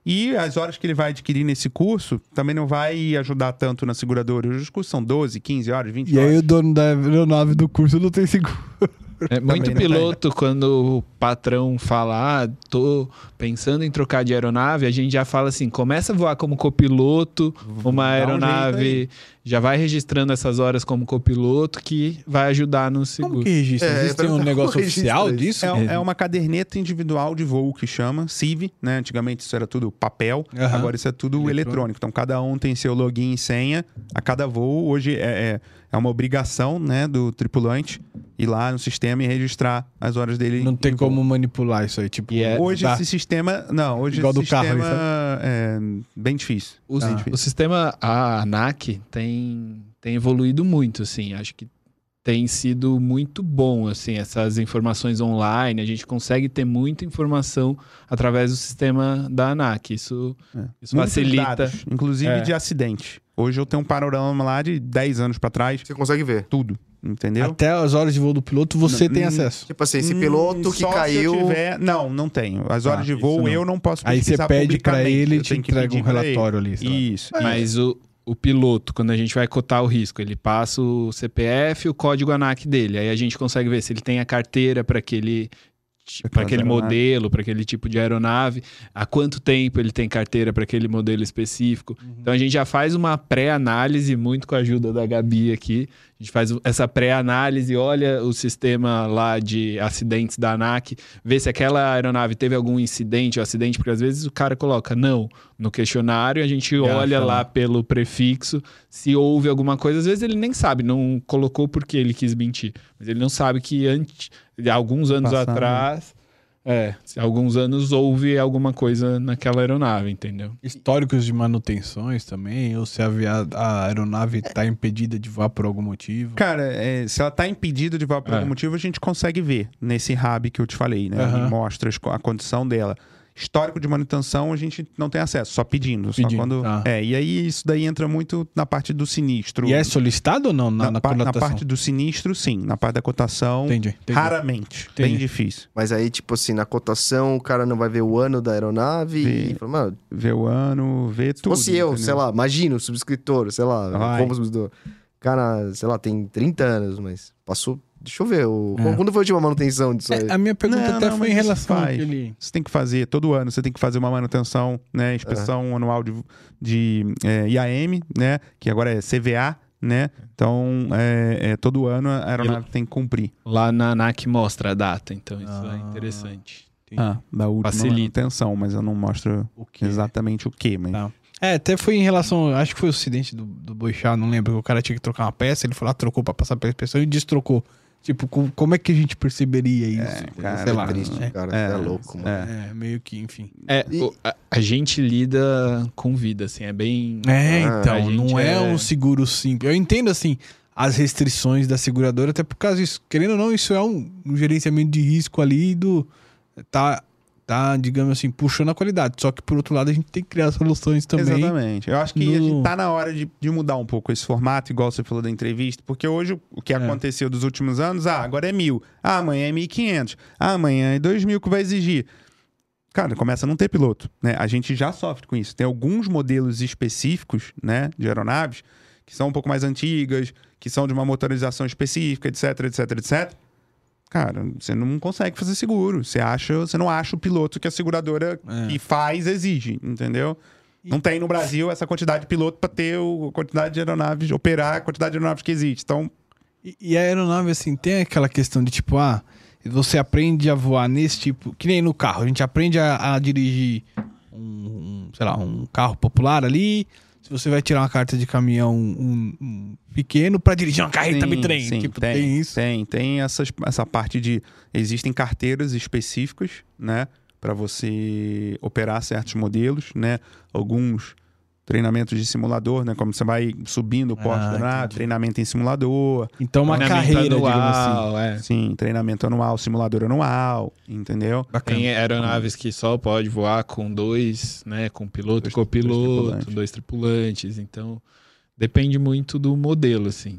E as horas que ele vai adquirir nesse curso também não vai ajudar tanto na seguradora. Os cursos são doze, quinze horas, vinte E horas. aí o dono da aeronave do curso não tem seguro. É muito não piloto, quando o patrão fala, ah, tô pensando em trocar de aeronave, a gente já fala assim, começa a voar como copiloto, uma Dá um aeronave, jeito já vai registrando essas horas como copiloto, que vai ajudar no seguro. Como que registra? É, Existe pra- um como negócio registra oficial isso? disso? É, é uma caderneta individual de voo que chama C I V, né? Antigamente isso era tudo papel, Aham. agora isso é tudo Eletrônico. eletrônico. Então cada um tem seu login e senha a cada voo. Hoje é, é, é uma obrigação, né, do tripulante ir lá no sistema e registrar as horas dele. Não tem em voo. como manipular isso aí, tipo... E é- Hoje dá. esse sistema, não, hoje Igual esse do carro, sistema aí, é bem difícil. O, bem o difícil. sistema, a ANAC, tem, tem evoluído muito, assim, acho que tem sido muito bom, assim, essas informações online, a gente consegue ter muita informação através do sistema da ANAC, isso, É. isso Muitos facilita. dados, inclusive É. de acidente. Hoje eu tenho um panorama lá de dez anos pra trás, Você consegue ver. tudo, entendeu? Até as horas de voo do piloto você Não, tem hum, acesso. Tipo assim, esse piloto Hum, que só se caiu... eu tiver... Não, não tenho. As horas Ah, de isso voo não. eu não posso Aí você pesquisar pede pra publicamente, ele e eu te tenho que entrega pedir um pra ele. relatório ali. sei lá. Isso. Mas o, o piloto, quando a gente vai cotar o risco, ele passa o C P F e o código ANAC dele. Aí a gente consegue ver se ele tem a carteira para aquele, para Aquelas aquele aeronaves. modelo, para aquele tipo de aeronave, há quanto tempo ele tem carteira para aquele modelo específico. Então a gente já faz uma pré-análise, muito com a ajuda da Gabi aqui. A gente faz essa pré-análise, olha o sistema lá de acidentes da ANAC, vê se aquela aeronave teve algum incidente ou acidente, porque às vezes o cara coloca não no questionário, a gente olha acha lá lá. pelo prefixo se houve alguma coisa. Às vezes ele nem sabe, não colocou porque ele quis mentir, mas ele não sabe que antes, alguns anos Passado. atrás, é, se alguns anos houve alguma coisa naquela aeronave, entendeu? Históricos de manutenções também, ou se a, via- a aeronave está impedida de voar por algum motivo. Cara, é, se ela tá impedida de voar por É. algum motivo, a gente consegue ver nesse hub que eu te falei, né? Aham. E mostra as co- a condição dela. Histórico de manutenção a gente não tem acesso, só pedindo. Só Pedindo, quando... tá. É, e aí isso daí entra muito na parte do sinistro. E é solicitado ou não na, na, na, pa- na conotação? parte do sinistro, sim. Na parte da cotação, Entendi, entendi. raramente. Entendi. Bem difícil. Mas aí, tipo assim, na cotação, o cara não vai ver o ano da aeronave Vê. e fala, mano, Ver o ano, ver se tudo. fosse eu, entendeu? sei lá, imagina o subscritor, sei lá, Vai. vamos subscritor. Cara, sei lá, tem trinta anos, mas passou. Deixa eu ver. O... É. Quando foi a última manutenção disso aí? É, a minha pergunta Não, até não, foi em mas isso relação faz. àquele... Você tem que fazer, todo ano, você tem que fazer uma manutenção, né? Inspeção anual de, de é, I A M, né? Que agora é C V A, né? Então, é, é, todo ano a aeronave tem que cumprir. Lá na ANAC mostra a data, então isso Ah. é interessante. Ah, da última Facilita. manutenção, mas eu não mostro O quê? exatamente o que, mas... Tá. É, até foi em relação, acho que foi o acidente do, do Boixá, não lembro, o cara tinha que trocar uma peça, ele foi lá, trocou pra passar pela inspeção e destrocou. Tipo, com- como é que a gente perceberia isso? cara, Sei lá. É triste, É, cara. é, É, louco, mano. é. é, meio que, enfim. É, E- o- a, a gente lida com vida, assim, é bem... É, Ah, a então, gente não é... é- um seguro simples. Eu entendo, assim, as restrições da seguradora, até por causa disso. Querendo ou não, isso é um, um gerenciamento de risco ali do... Tá, tá, digamos assim, puxando a qualidade. Só que, por outro lado, a gente tem que criar soluções também. Exatamente. Eu acho que no- a gente tá na hora de, de mudar um pouco esse formato, igual você falou da entrevista, porque hoje o que É. aconteceu dos últimos anos, ah, agora é mil, ah, amanhã é mil e quinhentos, ah, amanhã é dois mil que vai exigir. Cara, começa a não ter piloto, né? A gente já sofre com isso. Tem alguns modelos específicos, né, de aeronaves, que são um pouco mais antigas, que são de uma motorização específica, etc, etc, etcétera. Cara, você não consegue fazer seguro. Você acha, você não acha o piloto que a seguradora É. que faz exige, entendeu? Não tem no Brasil essa quantidade de piloto para ter o- a quantidade de aeronaves, operar a quantidade de aeronaves que existe. Então, E, e a aeronave, assim, tem aquela questão de tipo, ah, você aprende a voar nesse tipo, que nem no carro, a gente aprende a, a dirigir um, um, sei lá, um carro popular ali. Se você vai tirar uma carta de caminhão um, um pequeno pra dirigir uma carreta bitrem, sim, tipo, tem, tem, isso. Tem, tem essas, essa parte de... Existem carteiras específicas, né? Para você operar certos modelos, né? Alguns treinamentos de simulador, né? Como você vai subindo o porte Ah, da nave, entendi. treinamento em simulador. Então uma Treinamento carreira, digamos assim. anual, é. Sim, treinamento anual, simulador anual, entendeu? Bacana. Tem aeronaves que só pode voar com dois, né? Com piloto e Dois- copiloto, dois dois tripulantes. tripulantes. Então, depende muito do modelo, assim.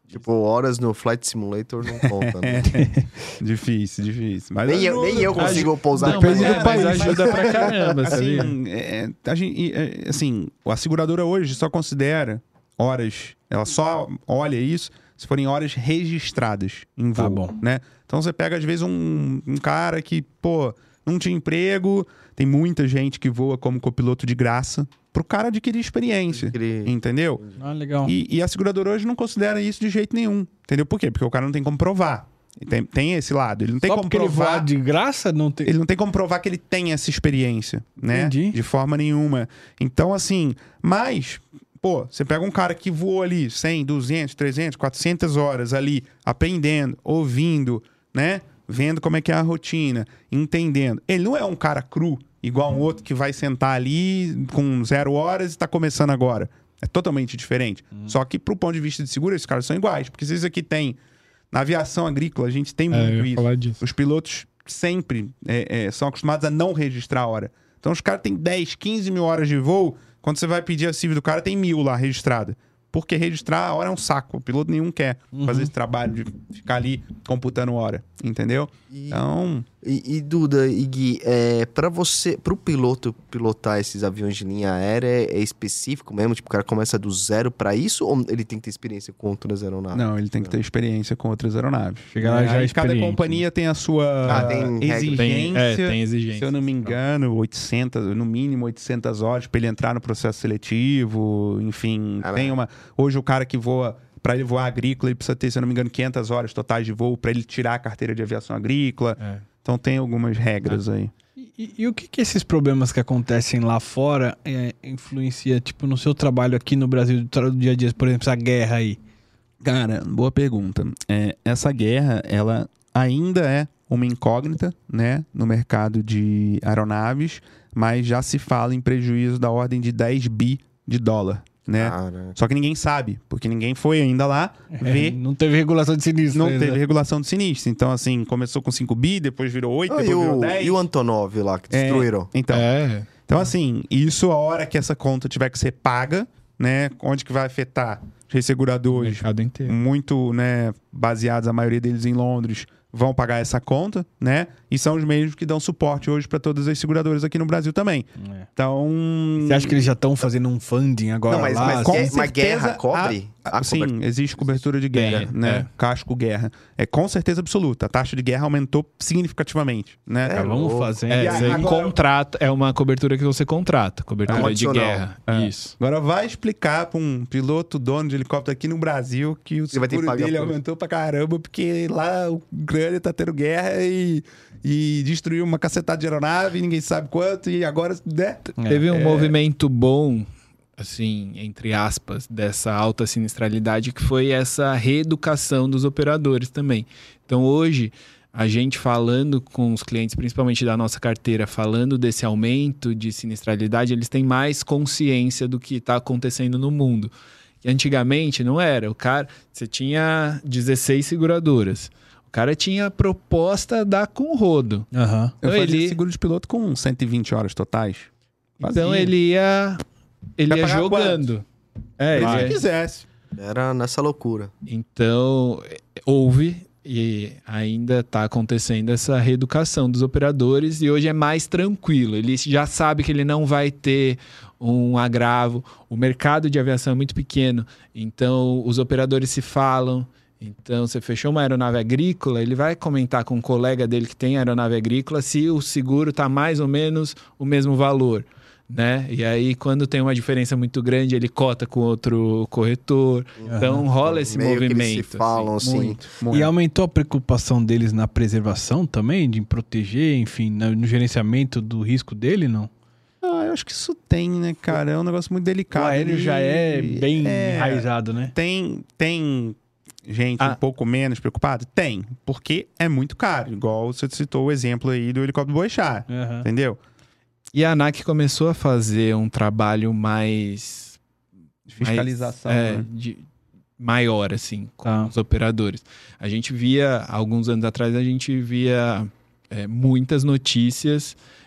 Tipo, horas no Flight Simulator não conta, né? Difícil, difícil. Mas nem, eu, nem eu consigo pousar. Não, Depende mas, do é, país. mas ajuda pra caramba, sabia? assim, é, a gente, é, assim, a seguradora hoje só considera horas, ela só olha isso se forem horas registradas em voo, Tá bom. né? Então você pega, às vezes, um, um cara que, pô, não tinha emprego, tem muita gente que voa como copiloto de graça, pro cara adquirir experiência, Adquirir. entendeu? Ah, legal. E, e a seguradora hoje não considera isso de jeito nenhum, entendeu? Por quê? Porque o cara não tem como provar. Tem, tem esse lado, ele não tem Só como porque ele voa provar... de graça, não tem... Ele não tem como provar que ele tem essa experiência, né? Entendi. De forma nenhuma. Então, assim, mas, pô, você pega um cara que voou ali cem, duzentas, trezentas, quatrocentas horas ali, aprendendo, ouvindo, né? Vendo como é que é a rotina, entendendo. Ele não é um cara cru, igual um outro que vai sentar ali com zero horas e tá começando agora. É totalmente diferente. Hum. Só que, pro ponto de vista de seguro, esses caras são iguais. Porque se isso aqui tem... Na aviação agrícola, a gente tem É, eu muito ia isso. falar disso. Os pilotos sempre é, é, são acostumados a não registrar a hora. Então os caras têm dez, quinze mil horas de voo. Quando você vai pedir a C I V do cara, tem mil lá registrada. Porque registrar a hora é um saco. O piloto nenhum quer Uhum. fazer esse trabalho de ficar ali computando hora. Entendeu? E, Então, e, e, Duda e Gui, é, pra você, pro piloto pilotar esses aviões de linha aérea, é, é específico mesmo? Tipo, o cara começa do zero pra isso ou ele tem que ter experiência com outras aeronaves? não, ele tem que ter experiência com outras aeronaves. Chega lá É, já aí cada experiente, companhia tem a sua Ah, tem regra. exigência. Tem, é, tem exigência. Se eu não me engano, oitocentas, no mínimo oitocentas horas para ele entrar no processo seletivo, enfim, Ah, tem uma... Hoje o cara que voa, para ele voar agrícola, ele precisa ter, se eu não me engano, quinhentas horas totais de voo para ele tirar a carteira de aviação agrícola. É. Então tem algumas regras aí. E, e- e o que, que esses problemas que acontecem lá fora é, influencia, tipo, no seu trabalho aqui no Brasil, do tra- do dia a dia, por exemplo, essa guerra aí? Cara, boa pergunta. É, essa guerra, ela ainda é uma incógnita, né, no mercado de aeronaves, mas já se fala em prejuízo da ordem de dez bi de dólar, né? Cara, Só que ninguém sabe, porque ninguém foi ainda lá É, ver. não teve regulação de sinistro. Não ainda. teve regulação de sinistro. Então, assim, começou com cinco bi, depois virou oito, Ah, depois e, virou o, dez. e o Antonov lá, que É, destruíram? Então, É. então, assim, isso a hora que essa conta tiver que ser paga, né? Onde que vai afetar os O resseguradores mercado inteiro. muito, né, baseados, a maioria deles em Londres, vão pagar essa conta, né? E são os mesmos que dão suporte hoje para todas as seguradoras aqui no Brasil também. É. Então, Você acha que eles já estão fazendo um funding agora Não, mas, lá? mas, com gue- mas certeza, guerra cobre? a- A sim, cobertura- existe cobertura de guerra, Tem, né? é. Casco guerra. É com certeza absoluta. A taxa de guerra aumentou significativamente, né? É, Tá, vamos louco. fazer. É, E você agora- contrata, é uma cobertura que você contrata, É um cobertura de adicional. guerra. É. Isso. Agora vai explicar para um piloto dono de helicóptero aqui no Brasil que o Ele vai ter que seguro pagar dele por- aumentou pra caramba porque lá o Ucrânia tá tendo guerra e, e destruiu uma cacetada de aeronave, ninguém sabe quanto, e agora, né? É. Teve um movimento bom, assim, entre aspas, dessa alta sinistralidade, que foi essa reeducação dos operadores também. Então, hoje, a gente falando com os clientes, principalmente da nossa carteira, falando desse aumento de sinistralidade, eles têm mais consciência do que está acontecendo no mundo. Que antigamente não era. O cara, você tinha dezesseis seguradoras. O cara tinha proposta dar com rodo. Aham. Eu Então, fazia ele- seguro de piloto com cento e vinte horas totais. Então Fazia. ele ia, ele Vai ia pagar jogando. É, Se ele ele ia- quisesse. Era nessa loucura. Então, houve e ainda está acontecendo essa reeducação dos operadores e hoje é mais tranquilo. Ele já sabe que ele não vai ter um agravo. O mercado de aviação é muito pequeno, então os operadores se falam. Então, você fechou uma aeronave agrícola, ele vai comentar com um colega dele que tem aeronave agrícola se o seguro está mais ou menos o mesmo valor, né? E aí, quando tem uma diferença muito grande, ele cota com outro corretor. Então, rola esse Meio que movimento. eles se falam assim. Muito, E muito. aumentou a preocupação deles na preservação também, de proteger, enfim, no no gerenciamento do risco dele, não? Ah, eu acho que isso tem, né, cara? É um negócio muito O delicado. aéreo E- já é bem é, enraizado, né? Tem, tem gente Ah. um pouco menos preocupada? Tem, porque é muito caro. Igual você citou o exemplo aí do helicóptero Boechat, Aham. entendeu? E a ANAC começou a fazer um trabalho mais... De fiscalização, mais, é, né? de- maior, assim, com Tá. os operadores. A gente via, alguns anos atrás, a gente via é, muitas notícias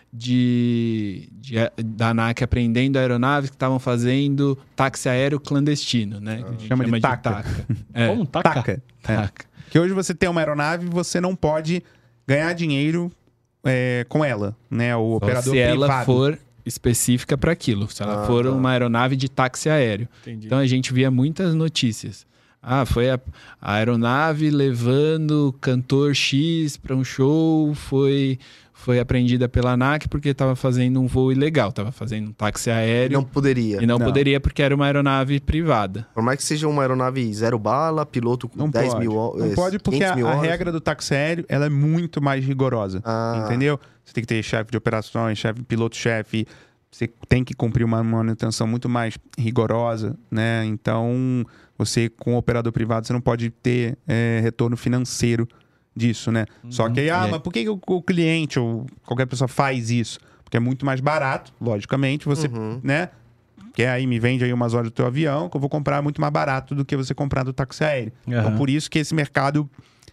de, de da ANAC apreendendo aeronaves que estavam fazendo táxi aéreo clandestino, né? Que a gente Chama de taca. É, Como? Taca? Taca. É. taca. Que hoje você tem uma aeronave e você não pode ganhar dinheiro é, com ela, né? O Só operador se ela privado. for específica para aquilo, se ela Ah, for tá. uma aeronave de táxi aéreo. Entendi. Então a gente via muitas notícias. Ah, foi a, a aeronave levando cantor X para um show, foi, foi apreendida pela ANAC porque estava fazendo um voo ilegal, estava fazendo um táxi aéreo Não poderia. e não, Não. poderia porque era uma aeronave privada. Por mais que seja uma aeronave zero bala, piloto com Não dez pode. mil horas. Não pode porque a, a regra do táxi aéreo ela é muito mais rigorosa. Ah. Entendeu? Você tem que ter chefe de operações, chefe piloto-chefe. Você tem que cumprir uma manutenção muito mais rigorosa, né? Então, você com o operador privado, você não pode ter é, retorno financeiro disso, né? Só que aí, ah, É. mas por que que o, o cliente ou qualquer pessoa faz isso? Porque é muito mais barato, logicamente, você, Uhum. né? Que aí me vende aí umas horas do teu avião, que eu vou comprar muito mais barato do que você comprar do táxi aéreo. Aham. Então, por isso que esse mercado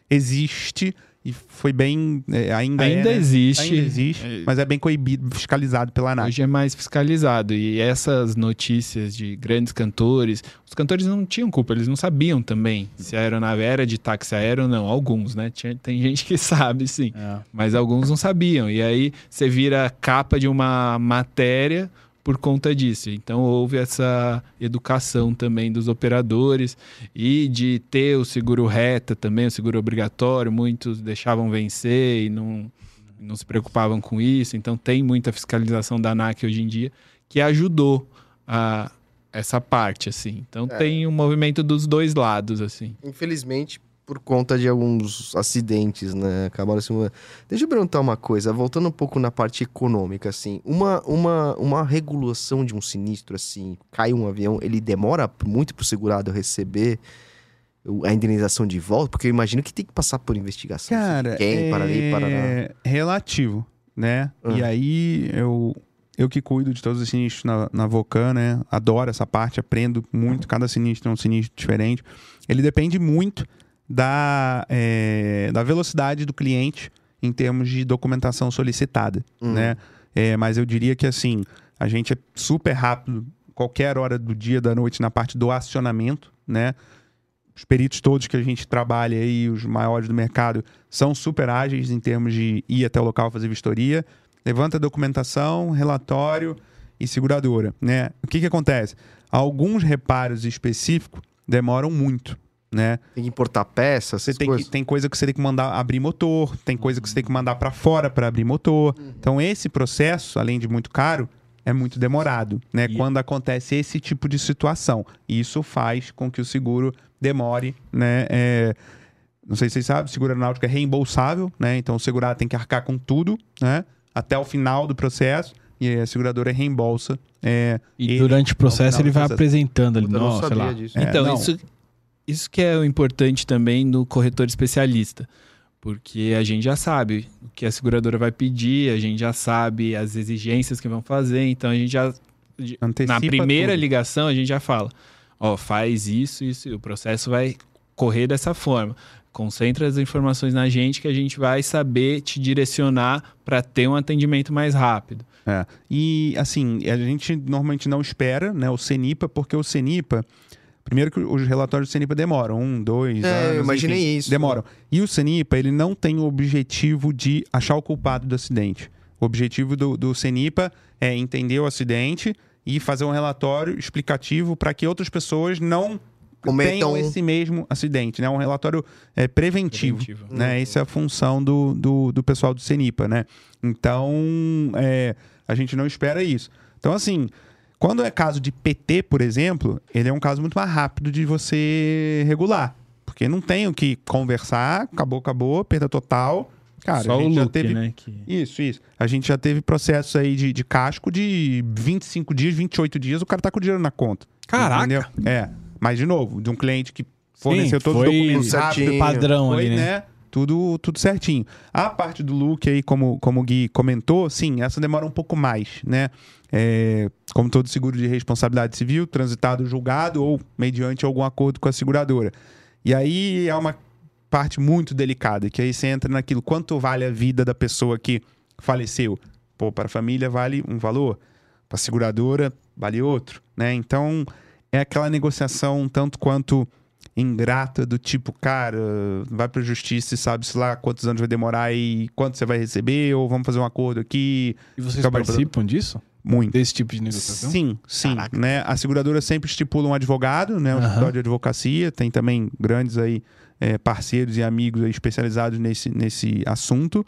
existe e foi bem... é, ainda Ainda é, né? existe. Ainda existe, É. mas é bem coibido, fiscalizado pela ANAC. Hoje é mais fiscalizado. E essas notícias de grandes cantores, os cantores não tinham culpa, eles não sabiam também se a aeronave era de táxi aéreo ou não. Alguns, né? Tinha, tem gente que sabe, sim. É. Mas alguns não sabiam. E aí você vira capa de uma matéria por conta disso. Então houve essa educação também dos operadores e de ter o seguro reta também, o seguro obrigatório. Muitos deixavam vencer e não, não se preocupavam com isso. Então tem muita fiscalização da ANAC hoje em dia que ajudou a essa parte, assim. Então É. tem um movimento dos dois lados, assim. Infelizmente, por conta de alguns acidentes, né? Acabaram se... Deixa eu perguntar uma coisa, voltando um pouco na parte econômica, assim. Uma, uma, uma regulação de um sinistro, assim, cai um avião, ele demora muito pro segurado receber o- a indenização de volta? Porque eu imagino que tem que passar por investigação. Cara, Quem, é parari, parará. relativo, né? Ah. E aí, eu, eu que cuido de todos os sinistros na, na Vocan, né? Adoro essa parte, aprendo muito. Cada sinistro é um sinistro diferente. Ele depende muito da, é, da velocidade do cliente em termos de documentação solicitada, Hum. né? É, mas eu diria que, assim, a gente é super rápido, qualquer hora do dia, da noite, na parte do acionamento, né? Os peritos todos que a gente trabalha aí, os maiores do mercado, são super ágeis em termos de ir até o local fazer vistoria, levanta a documentação, relatório e seguradora, né? O que que acontece? Alguns reparos específicos demoram muito, né? Tem que importar peças, Você essas tem, que, coisas? tem coisa que você tem que mandar abrir motor, tem coisa que você tem que mandar para fora para abrir motor. Então esse processo, além de muito caro, é muito demorado, né? E- Quando acontece esse tipo de situação. Isso faz com que o seguro demore, né? É, não sei se vocês sabem, o seguro aeronáutico é reembolsável, né? Então o segurado tem que arcar com tudo, né? Até o final do processo. E a seguradora reembolsa. É, E ele durante o processo ao final ele do vai processo. apresentando ali, Eu não não, sei sabia lá. disso. É, Então, não. isso, isso que é o importante também no corretor especialista. Porque a gente já sabe o que a seguradora vai pedir, a gente já sabe as exigências que vão fazer, então a gente já. Antecipa na primeira tudo. ligação, a gente já fala: ó, faz isso, isso, e o processo vai correr dessa forma. Concentra as informações na gente que a gente vai saber te direcionar para ter um atendimento mais rápido. É. E, assim, a gente normalmente não espera, né, o CENIPA, porque o CENIPA... Primeiro que os relatórios do CENIPA demoram, um, dois É, anos, eu imaginei enfim, isso. Demoram. E o CENIPA, ele não tem o objetivo de achar o culpado do acidente. O objetivo do, do CENIPA é entender o acidente e fazer um relatório explicativo para que outras pessoas não Cometam- tenham esse mesmo acidente, né? Um relatório é, preventivo, Preventivo. né? Essa é a função do, do, do pessoal do CENIPA, né? Então, é, a gente não espera isso. Então, assim, quando é caso de P T, por exemplo, ele é um caso muito mais rápido de você regular. Porque não tem o que conversar, acabou, acabou, perda total. Cara, Só a o gente já look, teve... né? Que... Isso, isso. A gente já teve processos aí de, de casco de vinte e cinco dias, vinte e oito dias, o cara tá com o dinheiro na conta. Caraca! Entendeu? É. Mas, de novo, de um cliente que forneceu Sim, todos os foi documentos certinho. rápido, Padrão foi, ali, né? né? Tudo, tudo certinho. A parte do look aí, como, como o Gui comentou, sim, essa demora um pouco mais, né? É, como todo seguro de responsabilidade civil, transitado julgado ou mediante algum acordo com a seguradora. E aí é uma parte muito delicada, que aí você entra naquilo, quanto vale a vida da pessoa que faleceu? pô, para a família vale um valor, para a seguradora vale outro, né? Então, é aquela negociação um tanto quanto ingrata do tipo, cara, vai pra justiça e sabe-se lá quantos anos vai demorar e quanto você vai receber, ou vamos fazer um acordo aqui. E vocês Acaba- participam disso? Muito. Desse tipo de negociação? Sim, sim. Caraca. Né? A seguradora sempre estipula um advogado, né? Um Aham. escritório de advocacia. Tem também grandes aí, é, parceiros e amigos aí especializados nesse, nesse assunto.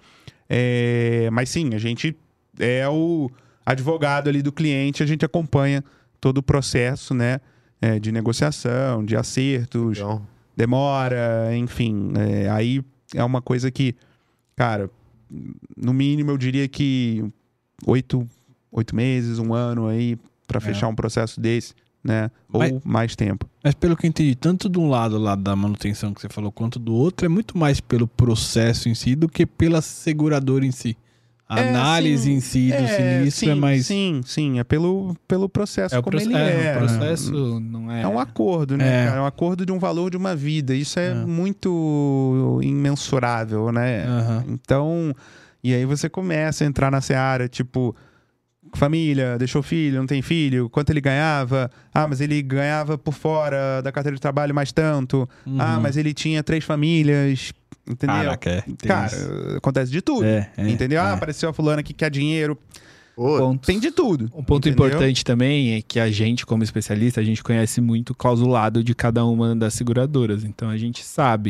É, mas sim, a gente é o advogado ali do cliente, a gente acompanha todo o processo, né? É, de negociação, de acertos, Então, demora, enfim. É, aí é uma coisa que, cara, no mínimo eu diria que oito, oito meses, um ano aí para fechar um processo desse, né? Ou Mas- mais tempo. Mas pelo que eu entendi, tanto de um lado lá da manutenção que você falou, quanto do outro, é muito mais pelo processo em si do que pela seguradora em si. A É, análise sim. em si do sinistro sim, é mais... Sim, sim. É pelo, pelo processo É o, como proce- ele é, é. o processo não é... É um acordo, né, É. cara? É um acordo de um valor de uma vida. Isso é, É. muito imensurável, né? Aham. Então, e aí você começa a entrar na seara, tipo, família, deixou filho, não tem filho, quanto ele ganhava? Ah, mas ele ganhava por fora da carteira de trabalho mais tanto. Uhum. Ah, mas ele tinha três famílias, entendeu? Caraca, é. Tem Cara, isso. acontece de tudo. É, é, entendeu? Ah, é. apareceu a fulana que quer dinheiro. pô, Ponto. Tem de tudo. Um ponto entendeu? importante também é que a gente, como especialista, a gente conhece muito o clausulado de cada uma das seguradoras. Então a gente sabe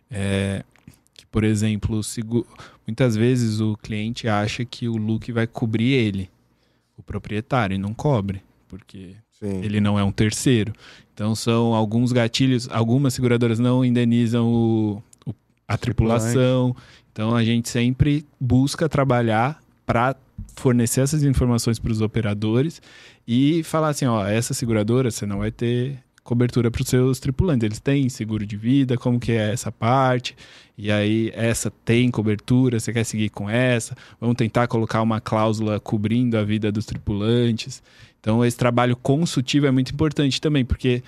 é, que, por exemplo, o segu- muitas vezes o cliente acha que o look vai cobrir ele, o proprietário, e não cobre, porque sim. ele não é um terceiro. Então são alguns gatilhos, algumas seguradoras não indenizam o, o- a tripulação. Então a gente sempre busca trabalhar para fornecer essas informações para os operadores e falar assim, ó, essa seguradora você não vai ter cobertura para os seus tripulantes. Eles têm seguro de vida, como que é essa parte? E aí, essa tem cobertura, você quer seguir com essa? Vamos tentar colocar uma cláusula cobrindo a vida dos tripulantes. Então, esse trabalho consultivo é muito importante também, porque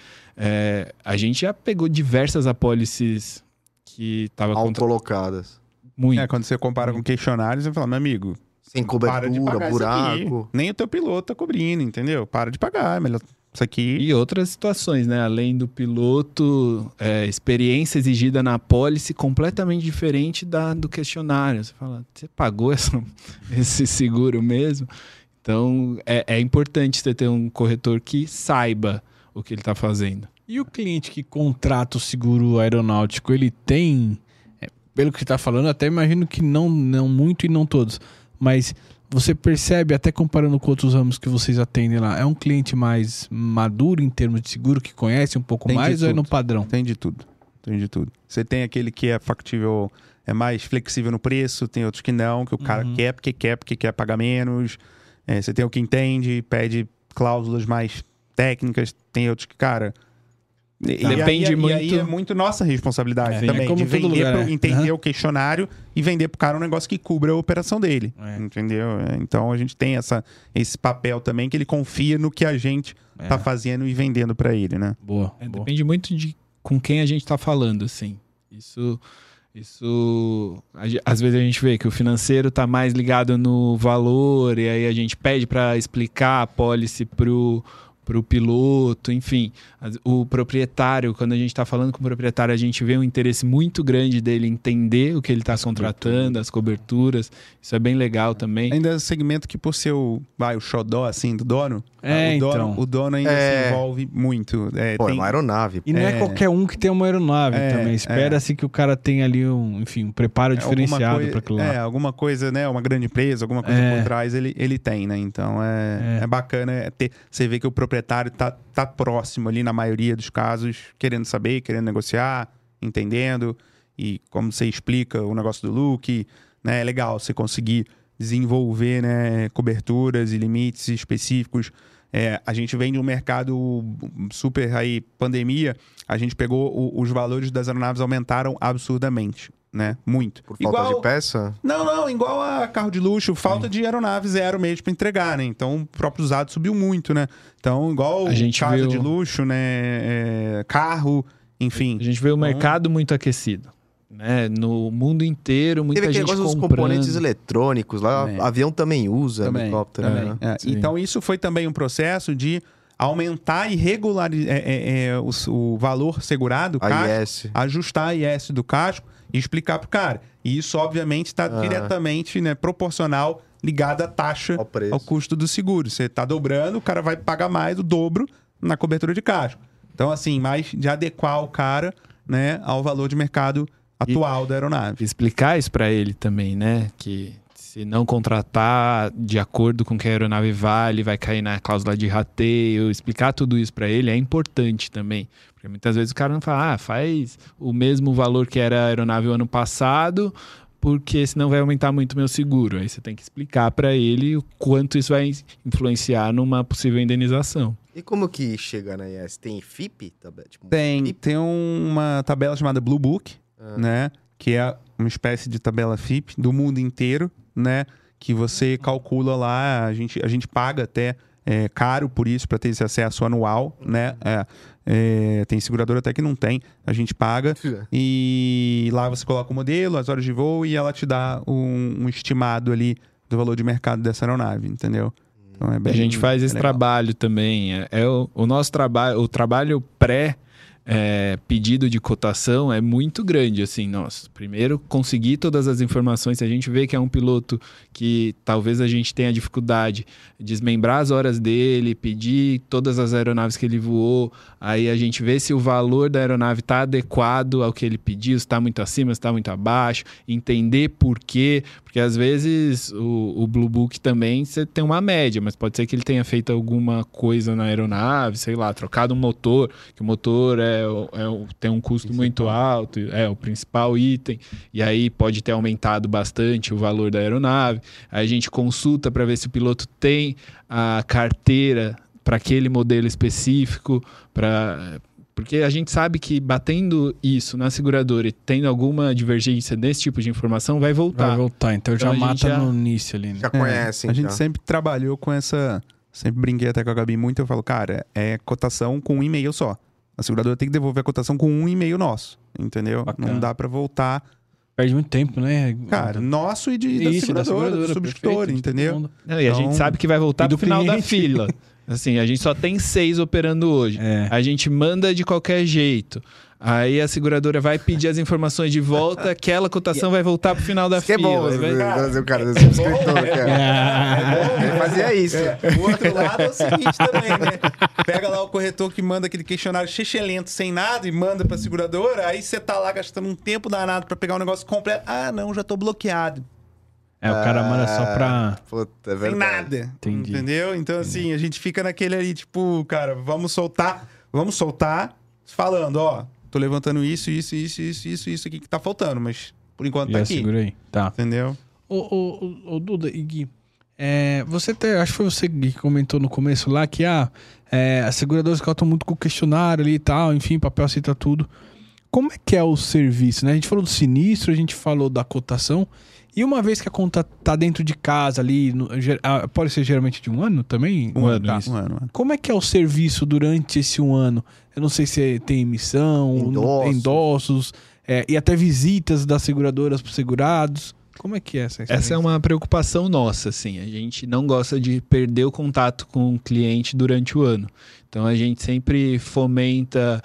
é, a gente já pegou diversas apólices que estavam Mal contra... colocadas. muito. É, quando você compara com questionários, você fala, meu amigo, Sem para de cobertura, pagar isso aqui. buraco. Nem o teu piloto tá cobrindo, entendeu? Para de pagar, é melhor isso aqui. E outras situações, né? Além do piloto, é, experiência exigida na apólice completamente diferente da, do questionário. Você fala, você pagou essa, esse seguro mesmo? Então, é, é importante você ter um corretor que saiba o que ele está fazendo. E o cliente que contrata o seguro aeronáutico, ele tem, é, pelo que você está falando, até imagino que não, não muito e não todos, mas você percebe, até comparando com outros ramos que vocês atendem lá, é um cliente mais maduro em termos de seguro, que conhece um pouco Tem de mais ou é no tudo. padrão? Tem de tudo. Tem de tudo. Você tem aquele que é factível, é mais flexível no preço, tem outros que não, que o cara Uhum. quer porque quer, porque quer pagar menos. É, você tem o que entende, pede cláusulas mais técnicas, tem outros que, cara. e- e Depende aí, muito- E aí é muito nossa responsabilidade É, também, é como de todo vender, lugar, pro- é. entender Aham. o questionário e vender pro cara um negócio que cubra a operação dele. É. Entendeu? É, Então a gente tem essa, esse papel também que ele confia no que a gente É. tá fazendo e vendendo para ele, né? Boa, É, boa. depende muito de com quem a gente está falando, assim. Isso, isso, a ge- às vezes a gente vê que o financeiro está mais ligado no valor e aí a gente pede para explicar a pólice pro pro piloto, enfim, As- o proprietário, quando a gente está falando com o proprietário, a gente vê um interesse muito grande dele entender o que ele está contratando, as coberturas, isso é bem legal também. Ainda é um segmento que por ser o, vai, o xodó, assim, do dono, É, o dono, então. o dono ainda É. se envolve muito. É, Pô, é tem- uma aeronave. E não é, É. qualquer um que tem uma aeronave É, também. Espera-se que o cara tenha ali um, enfim, um preparo alguma diferenciado coi- para aquilo lá. É, alguma coisa, né? Uma grande empresa, alguma coisa É. por trás ele, ele tem, né? Então é, É. é. bacana é ter, você vê que o proprietário tá, tá próximo ali na maioria dos casos, querendo saber, querendo negociar, entendendo. E como você explica o negócio do look, né? É legal você conseguir desenvolver, né, coberturas e limites específicos. É, a gente vem de um mercado super aí, pandemia, a gente pegou o- os valores das aeronaves aumentaram absurdamente, né? Muito. Por falta Igual- de peça? Não, não, igual a carro de luxo, falta de aeronave zero mesmo pra entregar, né? Então o próprio usado subiu muito, né? Então, igual A gente casa viu- de luxo, né? É, carro, enfim. A gente vê o Então- mercado muito aquecido. né, no mundo inteiro, muita Teve aquele gente negócio dos comprando. componentes eletrônicos, lá Também. avião também usa Também, helicóptero. também. Né? É, Sim. então, isso foi também um processo de aumentar e regularizar é, é, é, o, o valor segurado, o A casco, I S. ajustar a I S do casco e explicar pro cara. E isso, obviamente, está Ah. diretamente, né, proporcional, ligado à taxa, Ao preço. ao custo do seguro. Você está dobrando, o cara vai pagar mais, o dobro, na cobertura de casco. Então, assim, mais de adequar o cara, né, ao valor de mercado atual da aeronave. Explicar isso para ele também, né? Que se não contratar de acordo com o que a aeronave vale, vai cair na cláusula de rateio. Explicar tudo isso para ele é importante também. Porque muitas vezes o cara não fala, ah, faz o mesmo valor que era a aeronave o ano passado, porque senão vai aumentar muito meu seguro. Aí você tem que explicar para ele o quanto isso vai influenciar numa possível indenização. E como que chega na I S? Tem F I P? Tipo, Tem, F I P? tem uma tabela chamada Blue Book, Ah. né? Que é uma espécie de tabela F I P do mundo inteiro, né? Que você calcula lá, a gente, a gente paga até é, caro por isso, para ter esse acesso anual, né? É, é, tem seguradora até que não tem, a gente paga. E lá você coloca o modelo, as horas de voo e ela te dá um, um estimado ali do valor de mercado dessa aeronave, entendeu? Então é bem, A gente faz é esse legal. trabalho também. É, é o, o nosso trabalho, o trabalho pré é, pedido de cotação é muito grande, assim, nossa. Primeiro, conseguir todas as informações. Se a gente vê que é um piloto que talvez a gente tenha dificuldade, desmembrar as horas dele, pedir todas as aeronaves que ele voou, aí a gente vê se o valor da aeronave está adequado ao que ele pediu, se está muito acima, se está muito abaixo, entender por quê, porque às vezes o, o Blue Book também você tem uma média, mas pode ser que ele tenha feito alguma coisa na aeronave, sei lá, trocado um motor, que o motor é, é, tem um custo muito alto, é o principal item, e aí pode ter aumentado bastante o valor da aeronave. Aí a gente consulta para ver se o piloto tem a carteira para aquele modelo específico, para... porque a gente sabe que batendo isso na seguradora e tendo alguma divergência desse tipo de informação, vai voltar. Vai voltar, então, Então já a gente mata já- no início ali, né? Já conhecem, É, a gente então. sempre trabalhou com essa. Sempre brinquei até com a Gabi muito. Eu falo, cara, é cotação com um e-mail só. A seguradora tem que devolver a cotação com um e-mail nosso, entendeu? Bacana. Não dá pra voltar. Perde muito tempo, né? Cara, nosso e de, da, Isso, seguradora, do subscritor, perfeito, de entendeu? todo mundo. Não, e a Então- gente sabe que vai voltar E do pro final da cliente. fila. Assim, a gente só tem seis operando hoje. É. A gente manda de qualquer jeito. Aí a seguradora vai pedir as informações de volta, aquela cotação vai voltar pro final da Isso que é fila. bom, Aí você vai- trazer o cara do subscritor, cara. Ele fazia isso. É, o outro lado é o seguinte também, né? Pega lá o corretor que manda aquele questionário chechelento sem nada e manda pra seguradora, aí você tá lá gastando um tempo danado pra pegar um negócio completo. Ah, não, já tô bloqueado. É, o cara manda só pra... Puta, é Sem verdade. nada. Entendi. Entendeu? Então, assim, a gente fica naquele ali, tipo, cara, vamos soltar, vamos soltar, falando, ó, tô levantando isso, isso, isso, isso, isso, isso aqui que tá faltando, mas por enquanto tá Já aqui. segura aí. Tá. Entendeu? Ô, ô, ô, ô, Duda e Gui, é, você até, acho que foi você, Gui, que comentou no começo lá que ah, é, as seguradoras caltam muito com o questionário ali e tal, enfim, papel aceita tudo. Como é que é o serviço, né? A gente falou do sinistro, a gente falou da cotação, e uma vez que a conta tá dentro de casa ali, no- ger- ah, pode ser geralmente de um ano também? Um ano, Tá. isso. Um ano, um ano. Como é que é o serviço durante esse um ano? Eu não sei se tem emissão, Endossos. endossos, é, e até visitas das seguradoras para segurados. Como é que é essa Essa é experiência? uma preocupação nossa, assim. A gente não gosta de perder o contato com o cliente durante o ano. Então a gente sempre fomenta,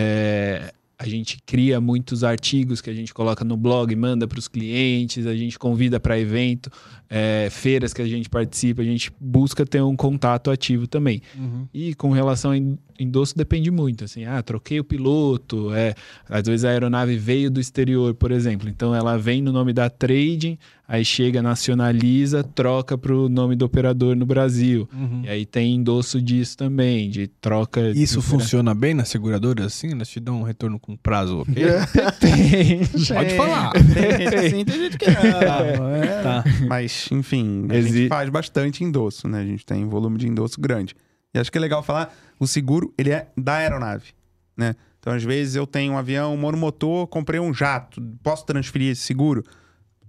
é, a gente cria muitos artigos que a gente coloca no blog, manda para os clientes, a gente convida para evento, é, feiras que a gente participa, a gente busca ter um contato ativo também. Uhum. E com relação a en- endosso depende muito, assim, ah, troquei o piloto, é, às vezes a aeronave veio do exterior, por exemplo, então ela vem no nome da trading, aí chega, nacionaliza, troca para o nome do operador no Brasil. Uhum. E aí tem endosso disso também, de troca... Isso de- funciona bem nas seguradoras, assim? Elas te dão um retorno com prazo, ok? Depende. Pode falar. Tem gente assim, tem gente que não. é. Tá. Mas, enfim, a Exi- gente faz bastante endosso, né? A gente tem um volume de endosso grande. E acho que é legal falar, o seguro, ele é da aeronave, né? Então, às vezes, eu tenho um avião, um monomotor, comprei um jato, posso transferir esse seguro?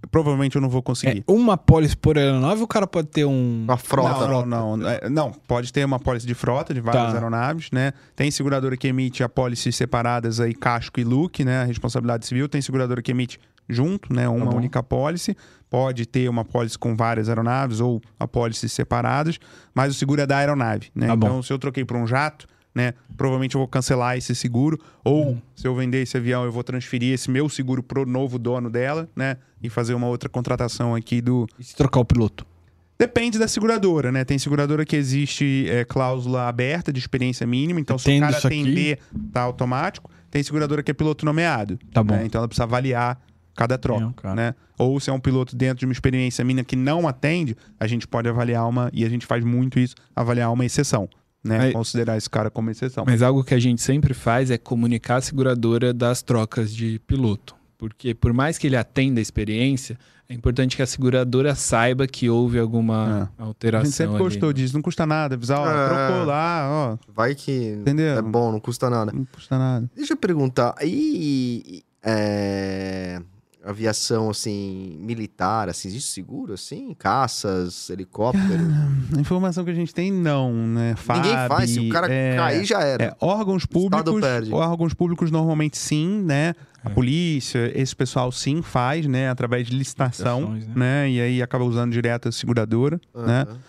provavelmente eu não vou conseguir. É uma apólice por aeronave ou o cara pode ter um... Uma frota. Não, não, não. É, não, pode ter uma apólice de frota de várias Tá. aeronaves, né? Tem seguradora que emite apólices separadas aí, casco e look, né? A responsabilidade civil. Tem seguradora que emite junto, né? Uma bom. única apólice. Pode ter uma apólice com várias aeronaves ou apólices separadas, mas o seguro é da aeronave, né? Tá bom. Então, se eu troquei por um jato, né? Provavelmente eu vou cancelar esse seguro, ou Hum. se eu vender esse avião, eu vou transferir esse meu seguro pro novo dono dela, né? E fazer uma outra contratação aqui do, E se trocar o piloto? Depende da seguradora, né? Tem seguradora que existe é, cláusula aberta de experiência mínima, então se o Tendo cara isso aqui- atender, tá automático. Tem seguradora que é piloto nomeado. Tá bom. né? Então ela precisa avaliar cada troca, Não, cara. né? Ou se é um piloto dentro de uma experiência mínima que não atende, a gente pode avaliar uma, e a gente faz muito isso, avaliar uma exceção, né? Aí- Considerar esse cara como exceção. Mas algo que a gente sempre faz é comunicar a seguradora das trocas de piloto. Porque por mais que ele atenda a experiência, é importante que a seguradora saiba que houve alguma a alteração gente sempre ali. gostou disso, não custa nada, avisar, ó, É. trocou lá, ó, Vai que Entendeu? é bom, não custa nada. não custa nada. Deixa eu perguntar, e, e, é, aviação, assim, militar, assim, existe seguro, assim? Caças, helicóptero? A informação que a gente tem, não, né? Ninguém F A B, faz, se o cara é, cair já era. É, órgãos Estado públicos, perde. órgãos públicos normalmente sim, né? A É. polícia, esse pessoal sim faz, né? Através de licitação, Licitações, né? né? E aí acaba usando direto a seguradora, né? Aham.